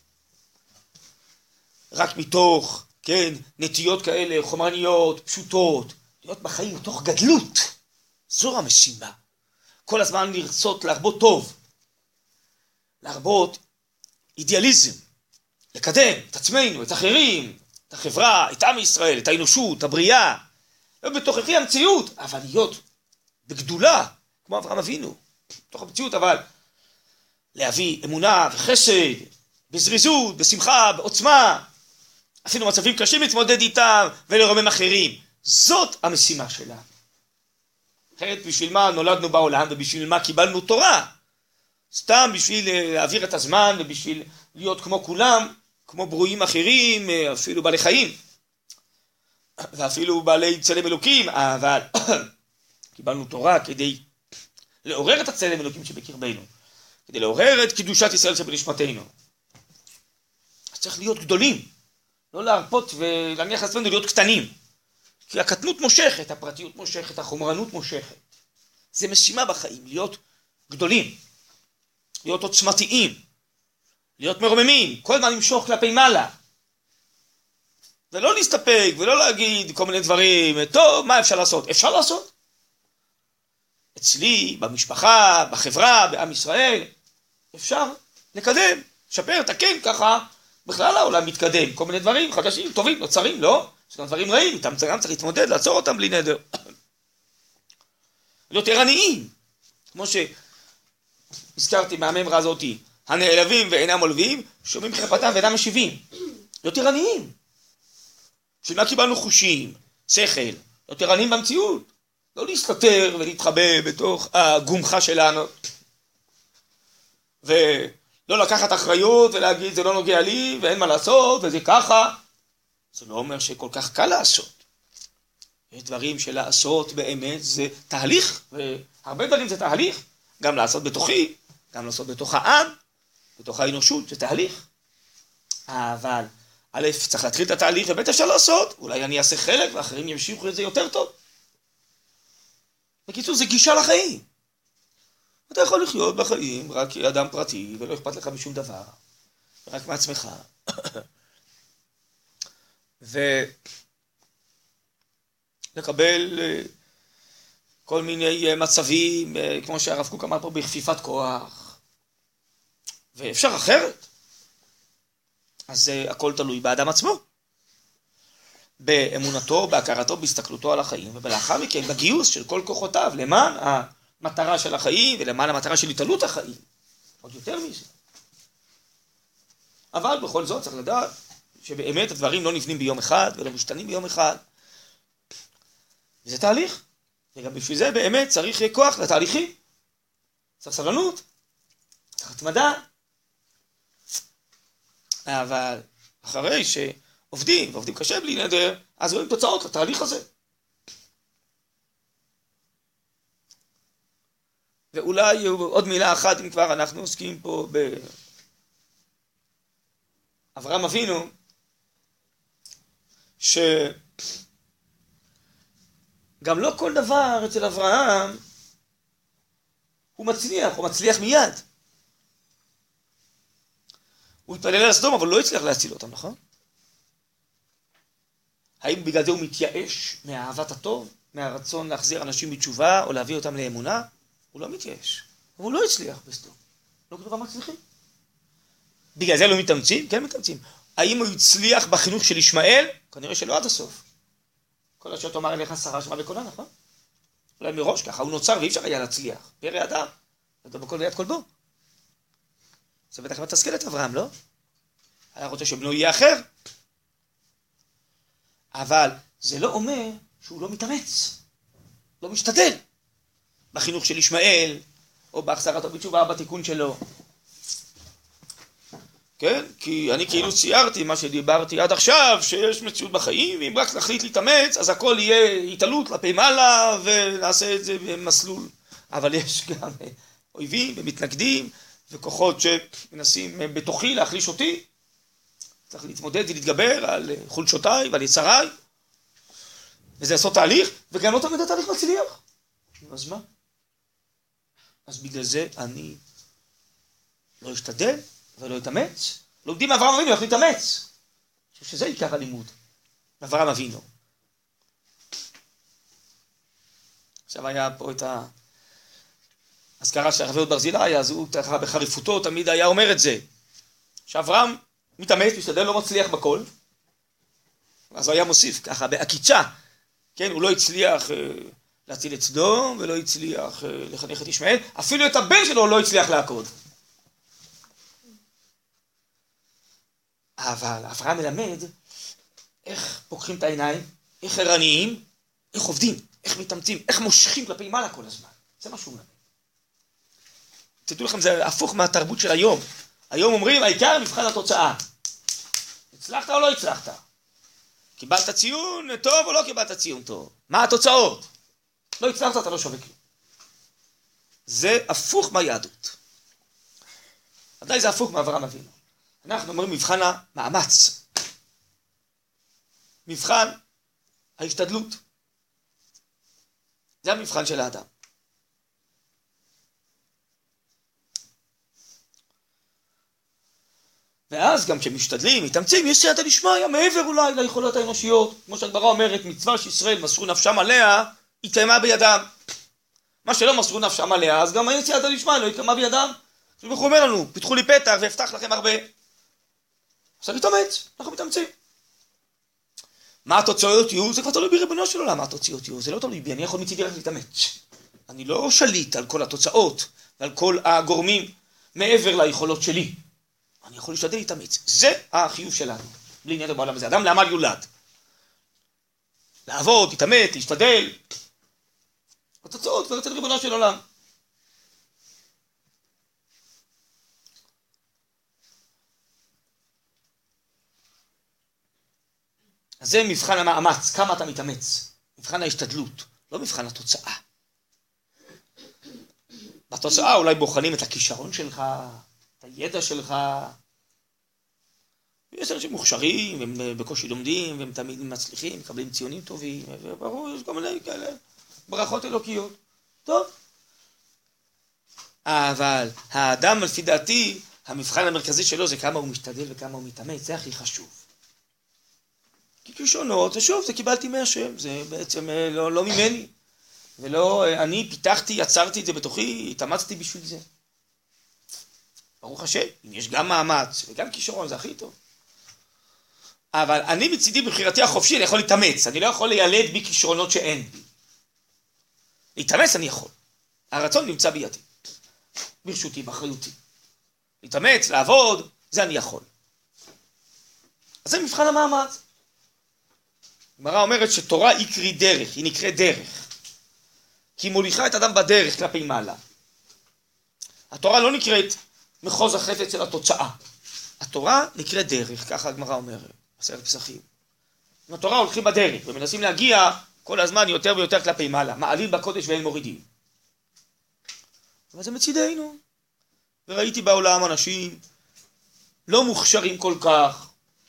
רק מתוך, כן, נטיות כאלה, חומרניות, פשוטות, להיות בחיים מתוך גדלות. זו המשימה. כל הזמן לרצות להרבות טוב, להרבות אידיאליזם, לקדם את עצמנו, את אחרים, את החברה, את עם ישראל, את האנושות, את הבריאה, לא בתוככי המציאות, אבל להיות בגדולה, כמו אברהם אבינו, בתוך המציאות, אבל להביא אמונה וחסד, בזריזות, בשמחה, בעוצמה, אפילו מצבים קשים להתמודד איתם ולרומם אחרים. זאת המשימה שלנו. אחרת בשביל מה נולדנו בעולם ובשביל מה קיבלנו תורה? סתם בשביל להעביר את הזמן ובשביל להיות כמו כולם, כמו ברואים אחרים, אפילו בעלי חיים, ואפילו בעלי צלם אלוקים, אבל קיבלנו תורה כדי לעורר את הצלם אלוקים שבקרבנו, כדי לעורר את קדושת ישראל שבנשמתנו. אז צריך להיות גדולים, לא להרפות ולהניח לעצמנו להיות קטנים, כי הקטנות מושכת, הפרטיות מושכת, החומרנות מושכת. זה משימה בחיים, להיות גדולים, להיות עוצמתיים, להיות מרוממים, כל הזמן למשוך כלפי מעלה. ולא להסתפק ולא להגיד כל מיני דברים, טוב, מה אפשר לעשות? אפשר לעשות. אצלי, במשפחה, בחברה, בעם ישראל, אפשר לקדם, לשפר, תקן, ככה בכלל העולם מתקדם. כל מיני דברים חדשים, טובים, נוצרים, לא? יש גם דברים רעים, איתם גם צריך להתמודד, לעצור אותם בלי נדר. להיות ערניים, כמו שהזכרתי מהממרה הזאת, הנעלבים ואינם עולבים, שומעים חרפתם ואינם משיבים. להיות ערניים. בשביל מה קיבלנו חושים, שכל, להיות ערניים במציאות. לא להסתתר ולהתחבא בתוך הגומחה שלנו. ולא לקחת אחריות ולהגיד זה לא נוגע לי ואין מה לעשות וזה ככה. זה לא אומר שכל כך קל לעשות. יש דברים שלעשות באמת זה תהליך, והרבה דברים זה תהליך. גם לעשות בתוכי, גם לעשות בתוך העם, בתוך האנושות, זה תהליך. אבל א', צריך להתחיל את התהליך ובית אפשר לעשות. אולי אני אעשה חלק ואחרים ימשיכו את זה יותר טוב. בקיצור, זה גישה לחיים. אתה יכול לחיות בחיים רק כאדם פרטי, ולא אכפת לך משום דבר, רק מעצמך. ולקבל כל מיני מצבים, כמו שהרב קוק אמר פה, בכפיפת כוח. ואפשר אחרת. אז הכל תלוי באדם עצמו. באמונתו, בהכרתו, בהסתכלותו על החיים, ולאחר מכן בגיוס של כל כוחותיו, למען המטרה של החיים, ולמען המטרה של התעלות החיים. עוד יותר מזה. אבל בכל זאת צריך לדעת, שבאמת הדברים לא נבנים ביום אחד, ולא משתנים ביום אחד. וזה תהליך. וגם בשביל זה באמת צריך כוח לתהליכים. צריך סבלנות, צריך התמדה. אבל אחרי שעובדים, ועובדים קשה בלי נדר, אז רואים תוצאות לתהליך הזה. ואולי עוד מילה אחת, אם כבר אנחנו עוסקים פה באברהם אבינו, שגם לא כל דבר אצל אברהם הוא מצליח מיד. הוא התפלל על סדום, אבל לא הצליח להציל אותם, נכון? האם בגלל זה הוא מתייאש מאהבת הטוב, מהרצון להחזיר אנשים בתשובה, או להביא אותם לאמונה? הוא לא מתייאש, הוא לא הצליח בסדום. לא כתובה מצליחים. בגלל זה לא מתאמצים? כן מתאמצים. האם הוא הצליח בחינוך של ישמעאל? כנראה שלא עד הסוף. כל השעות אומר אליך שרה שמע בקולה, נכון? אולי מראש ככה, הוא נוצר ואי אפשר היה להצליח. פרא אדם, אתה בכל ויד כל בו. זה בטח מתסכל את אברהם, לא? היה רוצה שבנו יהיה אחר. אבל זה לא אומר שהוא לא מתאמץ, לא משתדל. בחינוך של ישמעאל, או בהחזרתו בתשובה, בתיקון שלו. כן? כי אני כאילו ציירתי מה שדיברתי עד עכשיו, שיש מציאות בחיים, ואם רק נחליט להתאמץ, אז הכל יהיה התעלות כלפי מעלה, ונעשה את זה במסלול. אבל יש גם אויבים ומתנגדים, וכוחות שמנסים בתוכי להחליש אותי. צריך להתמודד ולהתגבר על חולשותיי ועל יצריי. וזה לעשות תהליך, וגם לא תמיד התהליך מצליח. אז מה? אז בגלל זה אני לא אשתדל ולא אתאמץ. לומדים מאברהם אבינו איך להתאמץ. אני חושב שזה עיקר הלימוד. אברהם אבינו. עכשיו היה פה את האזכרה של הרב אהוד ברזילי, אז הוא ככה בחריפותו תמיד היה אומר את זה. שאברהם מתאמץ, משתדל, לא מצליח בכל. אז הוא היה מוסיף ככה בעקיצה. כן, הוא לא הצליח להציל את סדום, ולא הצליח לחנך את ישמעאל, אפילו את הבן שלו לא הצליח לעקוד. אבל אברהם מלמד איך פוקחים את העיניים, איך ערניים, איך עובדים, איך מתאמצים, איך מושכים כלפי מעלה כל הזמן. זה מה שהוא מלמד. תדעו לכם, זה הפוך מהתרבות של היום. היום אומרים, העיקר מבחן התוצאה. הצלחת או לא הצלחת? קיבלת ציון טוב או לא קיבלת ציון טוב? מה התוצאות? לא הצלחת, אתה לא שווה כלום. זה הפוך מהיהדות. עדיין זה הפוך מאברהם אבינו. אנחנו אומרים מבחן המאמץ. מבחן ההשתדלות. זה המבחן של האדם. ואז גם כשמשתדלים, מתאמצים, יש סייעתא דשמיא, מעבר אולי ליכולות האנושיות. כמו שהגמרא אומרת, מצווה שישראל מסרו נפשם עליה, התקיימה בידם. מה שלא מסרו נפשם עליה, אז גם אין סייעתא דשמיא, לא התקיימה בידם. הוא אומר לנו, פיתחו לי פתח ואפתח לכם הרבה. אז אני מתאמץ, אנחנו מתאמצים. מה התוצאות יהיו? זה כבר תלוי בריבונו של עולם, מה התוצאות יהיו. זה לא תלוי בי, אני יכול מצידי רק להתאמץ. אני לא שליט על כל התוצאות ועל כל הגורמים מעבר ליכולות שלי. אני יכול להשתדל להתאמץ. זה החיוב שלנו. בלי עניין בעולם הזה. אדם לעמל יולד. לעבוד, להתאמץ, להשתדל. התוצאות כבר אצל ריבונו של עולם. אז זה מבחן המאמץ, כמה אתה מתאמץ. מבחן ההשתדלות, לא מבחן התוצאה. בתוצאה אולי בוחנים את הכישרון שלך, את הידע שלך. יש אנשים מוכשרים, הם בקושי לומדים, והם תמיד מצליחים, מקבלים ציונים טובים, וברור, יש כל מיני כאלה, ברכות אלוקיות. טוב. אבל האדם, לפי דעתי, המבחן המרכזי שלו זה כמה הוא משתדל וכמה הוא מתאמץ, זה הכי חשוב. כי כישרונות, זה שוב, זה קיבלתי מהשם, זה בעצם לא ממני. ולא, אני פיתחתי, יצרתי את זה בתוכי, התאמצתי בשביל זה. ברוך השם, אם יש גם מאמץ וגם כישרון, זה הכי טוב. אבל אני מצידי בבחירתי החופשי, אני יכול להתאמץ, אני לא יכול לילד בי כישרונות שאין בי. להתאמץ אני יכול. הרצון נמצא בידי. ברשותי, באחריותי. להתאמץ, לעבוד, זה אני יכול. אז זה מבחן המאמץ. הגמרא אומרת שתורה היא קרי דרך, היא נקראת דרך. כי היא מוליכה את אדם בדרך כלפי מעלה. התורה לא נקראת מחוז החפץ של התוצאה. התורה נקראת דרך, ככה הגמרא אומרת, עשרת פסחים. עם התורה הולכים בדרך ומנסים להגיע כל הזמן יותר ויותר כלפי מעלה. מעלים בקודש ואין מורידים. אבל זה מצידנו. וראיתי בעולם אנשים לא מוכשרים כל כך,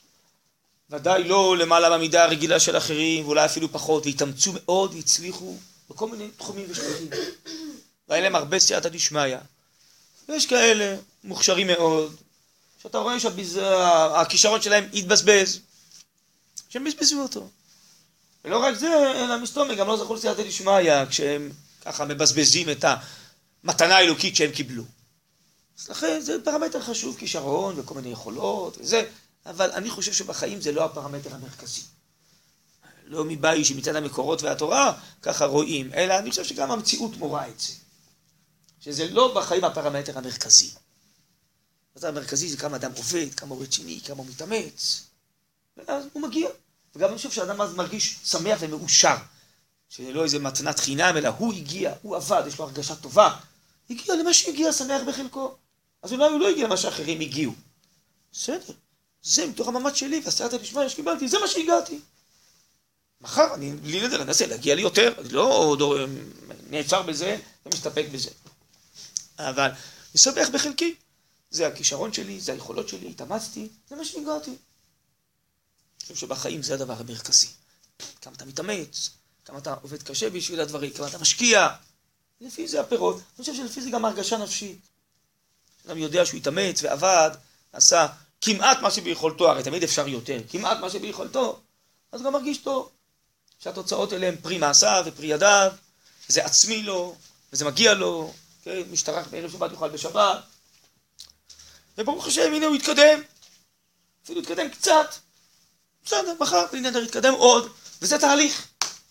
ודאי לא למעלה במידה הרגילה של אחרים, ואולי אפילו פחות, והתאמצו מאוד והצליחו בכל מיני תחומים ושליחים. והיה להם הרבה סייעתא דשמיא. ויש כאלה מוכשרים מאוד, שאתה רואה שהכישרון שלהם התבזבז, שהם בזבזו אותו. ולא רק זה, אלא מסתום, גם לא זכו לסייעתא דשמיא, כשהם ככה מבזבזים את המתנה האלוקית שהם קיבלו. אז לכן זה פרמטר חשוב, כישרון וכל מיני יכולות וזה, אבל אני חושב שבחיים זה לא הפרמטר המרכזי. לא מבית שמצד המקורות והתורה, ככה רואים, אלא אני חושב שגם המציאות מורה את זה. שזה לא בחיים הפרמטר המרכזי. הפרמטר המרכזי זה כמה אדם עובד, כמה הוא רציני, כמה הוא מתאמץ. ואז הוא מגיע. וגם אני חושב שאדם אז מרגיש שמח ומאושר. שזה לא איזה מתנת חינם, אלא הוא הגיע, הוא עבד, יש לו הרגשה טובה. הגיע למה שהגיע, שמח בחלקו. אז אולי הוא לא הגיע למה שאחרים הגיעו. בסדר. זה מתוך המאמץ שלי, והסייעתא דשמיא שקיבלתי, זה מה שהגעתי. מחר אני בלי נדר, אנסה להגיע לי יותר, אני לא נעצר בזה ומסתפק בזה. אבל משמח בחלקי. זה הכישרון שלי, זה היכולות שלי, התאמצתי, זה מה שהגעתי. אני חושב שבחיים זה הדבר המרכזי. כמה אתה מתאמץ, כמה אתה עובד קשה בשביל הדברים, כמה אתה משקיע. לפי זה הפירות. אני חושב שלפי זה גם הרגשה נפשית. אדם יודע שהוא התאמץ ועבד, עשה כמעט מה שביכולתו, הרי תמיד אפשר יותר, כמעט מה שביכולתו, אז גם מרגיש טוב. שהתוצאות האלה הן פרי מעשיו ופרי ידיו, וזה עצמי לו, וזה מגיע לו, כן? משתרך בערב שבת יוכל בשבת. וברוך השם, הנה הוא התקדם. אפילו התקדם קצת. בסדר, מחר, בלי נדר התקדם עוד, וזה תהליך.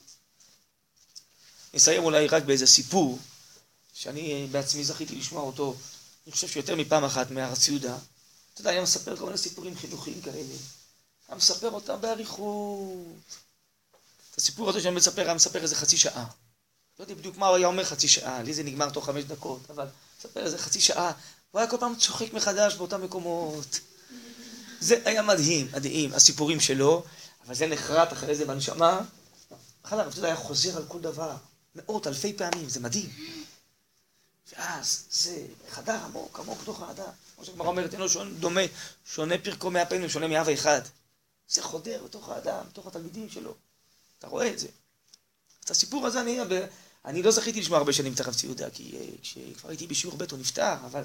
נסיים אולי רק באיזה סיפור, שאני בעצמי זכיתי לשמוע אותו, אני חושב שיותר מפעם אחת מהרב יהודה, אתה יודע, היה מספר כל מיני סיפורים חינוכיים כאלה. היה מספר אותם באריכות. את הסיפור הזה שאני מספר, היה מספר איזה חצי שעה. לא יודע בדיוק מה הוא היה אומר חצי שעה, לי זה נגמר תוך 5 דקות, אבל מספר איזה חצי שעה. הוא היה כל פעם צוחק מחדש באותם מקומות. זה היה מדהים, מדהים, הסיפורים שלו, אבל זה נחרט אחרי זה בנשמה. בכלל הרב צבי היה חוזר על כל דבר, מאות, אלפי פעמים, זה מדהים. ואז זה חדר עמוק, עמוק בתוך האדם. כמו שכבר אומרת, אין לו דומה, שונה פרקו 100 פעמים, שונה 101. זה חודר בתוך האדם, בתוך התלמידים שלו. אתה רואה את זה. את הסיפור הזה אני לא זכיתי לשמוע הרבה שנים את הרב צבי יהודה, כי כשכבר הייתי בשיעור ב' הוא נפטר, אבל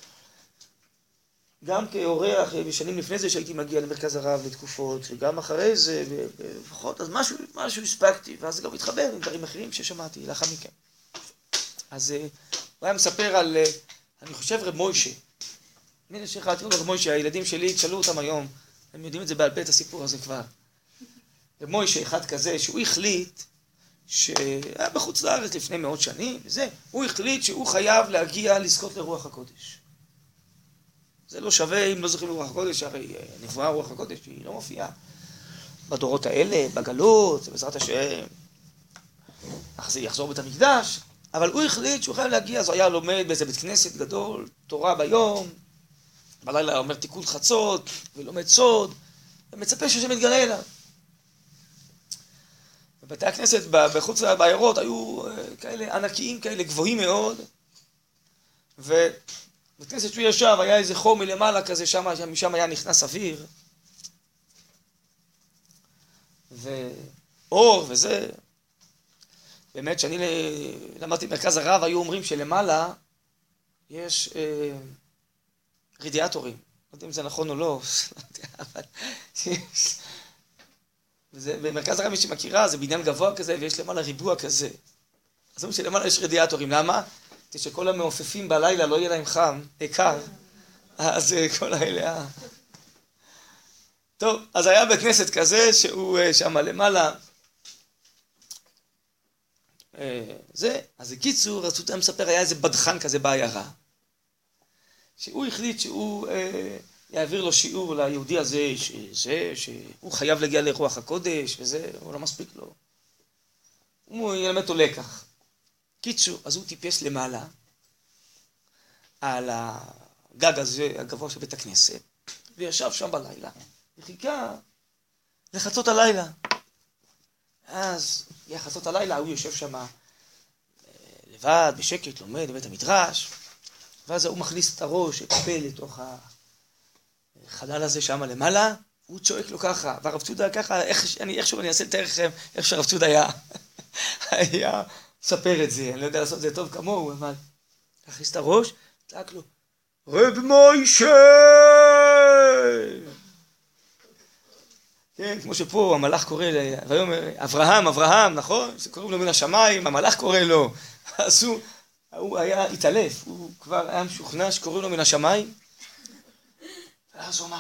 גם כאורח בשנים לפני זה שהייתי מגיע למרכז הרב לתקופות, וגם אחרי זה, לפחות, אז משהו הספקתי, ואז זה גם התחבר עם דברים אחרים ששמעתי לאחר מכן. אז הוא היה מספר על, אני חושב רב מוישה. הנה שאחד, תראו רב מוישה, הילדים שלי, תשאלו אותם היום, הם יודעים את זה בעל פה, את הסיפור הזה כבר. רב מוישה, אחד כזה, שהוא החליט, שהיה בחוץ לארץ לפני מאות שנים, וזה, הוא החליט שהוא חייב להגיע לזכות לרוח הקודש. זה לא שווה אם לא זוכים לרוח הקודש, הרי נבואה רוח הקודש היא לא מופיעה בדורות האלה, בגלות, בעזרת השם, אך זה יחזור בית המקדש, אבל הוא החליט שהוא חייב להגיע, אז הוא היה לומד באיזה בית כנסת גדול, תורה ביום, בלילה אומר תיקון חצות, ולומד סוד, ומצפה שהשם יתגלה אליו. בבתי הכנסת בחוץ בעיירות היו כאלה ענקיים, כאלה גבוהים מאוד, בבית כנסת שהוא ישב, היה איזה חור מלמעלה כזה, משם היה נכנס אוויר, ואור וזה. באמת, כשאני למדתי במרכז הרב, היו אומרים שלמעלה יש רדיאטורים. לא יודע אם זה נכון או לא, אבל במרכז הרב מי שמכירה, זה בניין גבוה כזה, ויש למעלה ריבוע כזה. אז אומרים שלמעלה יש רדיאטורים. למה? כדי שכל המעופפים בלילה לא יהיה להם חם, קר. אז כל האלה. טוב, אז היה בית כנסת כזה, שהוא שם למעלה. אז בקיצור, רצו להם מספר, היה איזה בדחן כזה בעיירה. שהוא החליט שהוא יעביר לו שיעור ליהודי הזה, שהוא חייב להגיע לרוח הקודש, וזה, הוא לא מספיק לו. הוא ילמד אותו לקח. קיצור, אז הוא טיפס למעלה, על הגג הזה, הגבוה של בית הכנסת, וישב שם בלילה, וחיכה לחצות הלילה. אז, יחצות הלילה, הוא יושב שם לבד, בשקט, לומד בבית המדרש, ואז הוא מכניס את הראש, הקפל לתוך החלל הזה שם למעלה, הוא צועק לו ככה, והרב צודה ככה, איכשהו אני אעשה לתאר לכם, איך שהרב צודה היה מספר את זה, אני לא יודע לעשות את זה טוב כמוהו, אבל להכניס את הראש, צעק לו, רב מוישה! כן, כמו שפה המלאך קורא, ויאמר אברהם, נכון? שקוראים לו מן השמיים, המלאך קורא לו, אז הוא היה התעלף, הוא כבר היה משוכנע שקוראים לו מן השמיים, ואז הוא אמר,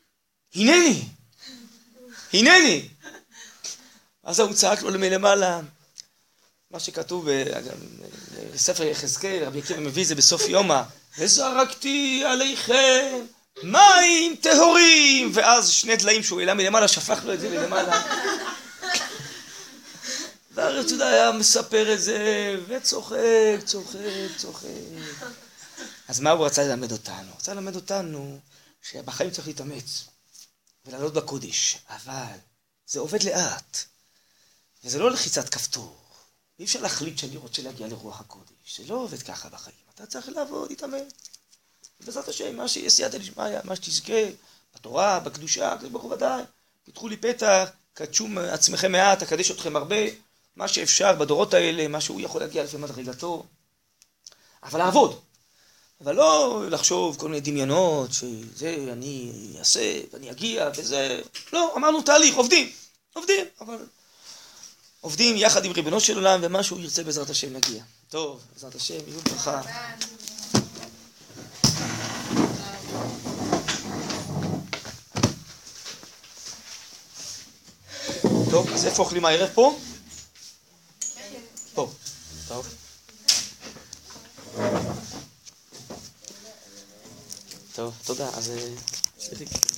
הנני! אז הוא צעק לו מלמעלה, מה שכתוב בספר יחזקאל, רבי עקיבא מביא זה בסוף יומא, וזרקתי עליכם מים טהורים, ואז 2 דליים שהוא העלה מלמעלה, שפך לו את זה מלמעלה. והרב צודה היה מספר את זה, וצוחק. אז מה הוא רצה ללמד אותנו? הוא רצה ללמד אותנו שבחיים צריך להתאמץ, ולעלות בקודש, אבל זה עובד לאט, וזה לא לחיצת כפתור. אי אפשר להחליט שאני רוצה להגיע לרוח הקודש, זה לא עובד ככה בחיים, אתה צריך לעבוד, להתאמץ. בעזרת השם, מה שיסייעתא דשמיא, מה שתזכה, בתורה, בקדושה, בוודאי, פתחו לי פתח, קדשו עצמכם מעט, אקדש אתכם הרבה, מה שאפשר בדורות האלה, מה שהוא יכול להגיע לפי מדרגתו, אבל לעבוד. אבל לא לחשוב כל מיני דמיונות, שזה אני אעשה ואני אגיע וזה, לא, אמרנו תהליך, עובדים, אבל עובדים יחד עם ריבונו של עולם, ומה שהוא ירצה בעזרת השם נגיע. טוב, בעזרת השם, יהיו ברכה. טוב, אז איפה אוכלים הערב פה? פה. טוב. טוב, תודה. אז...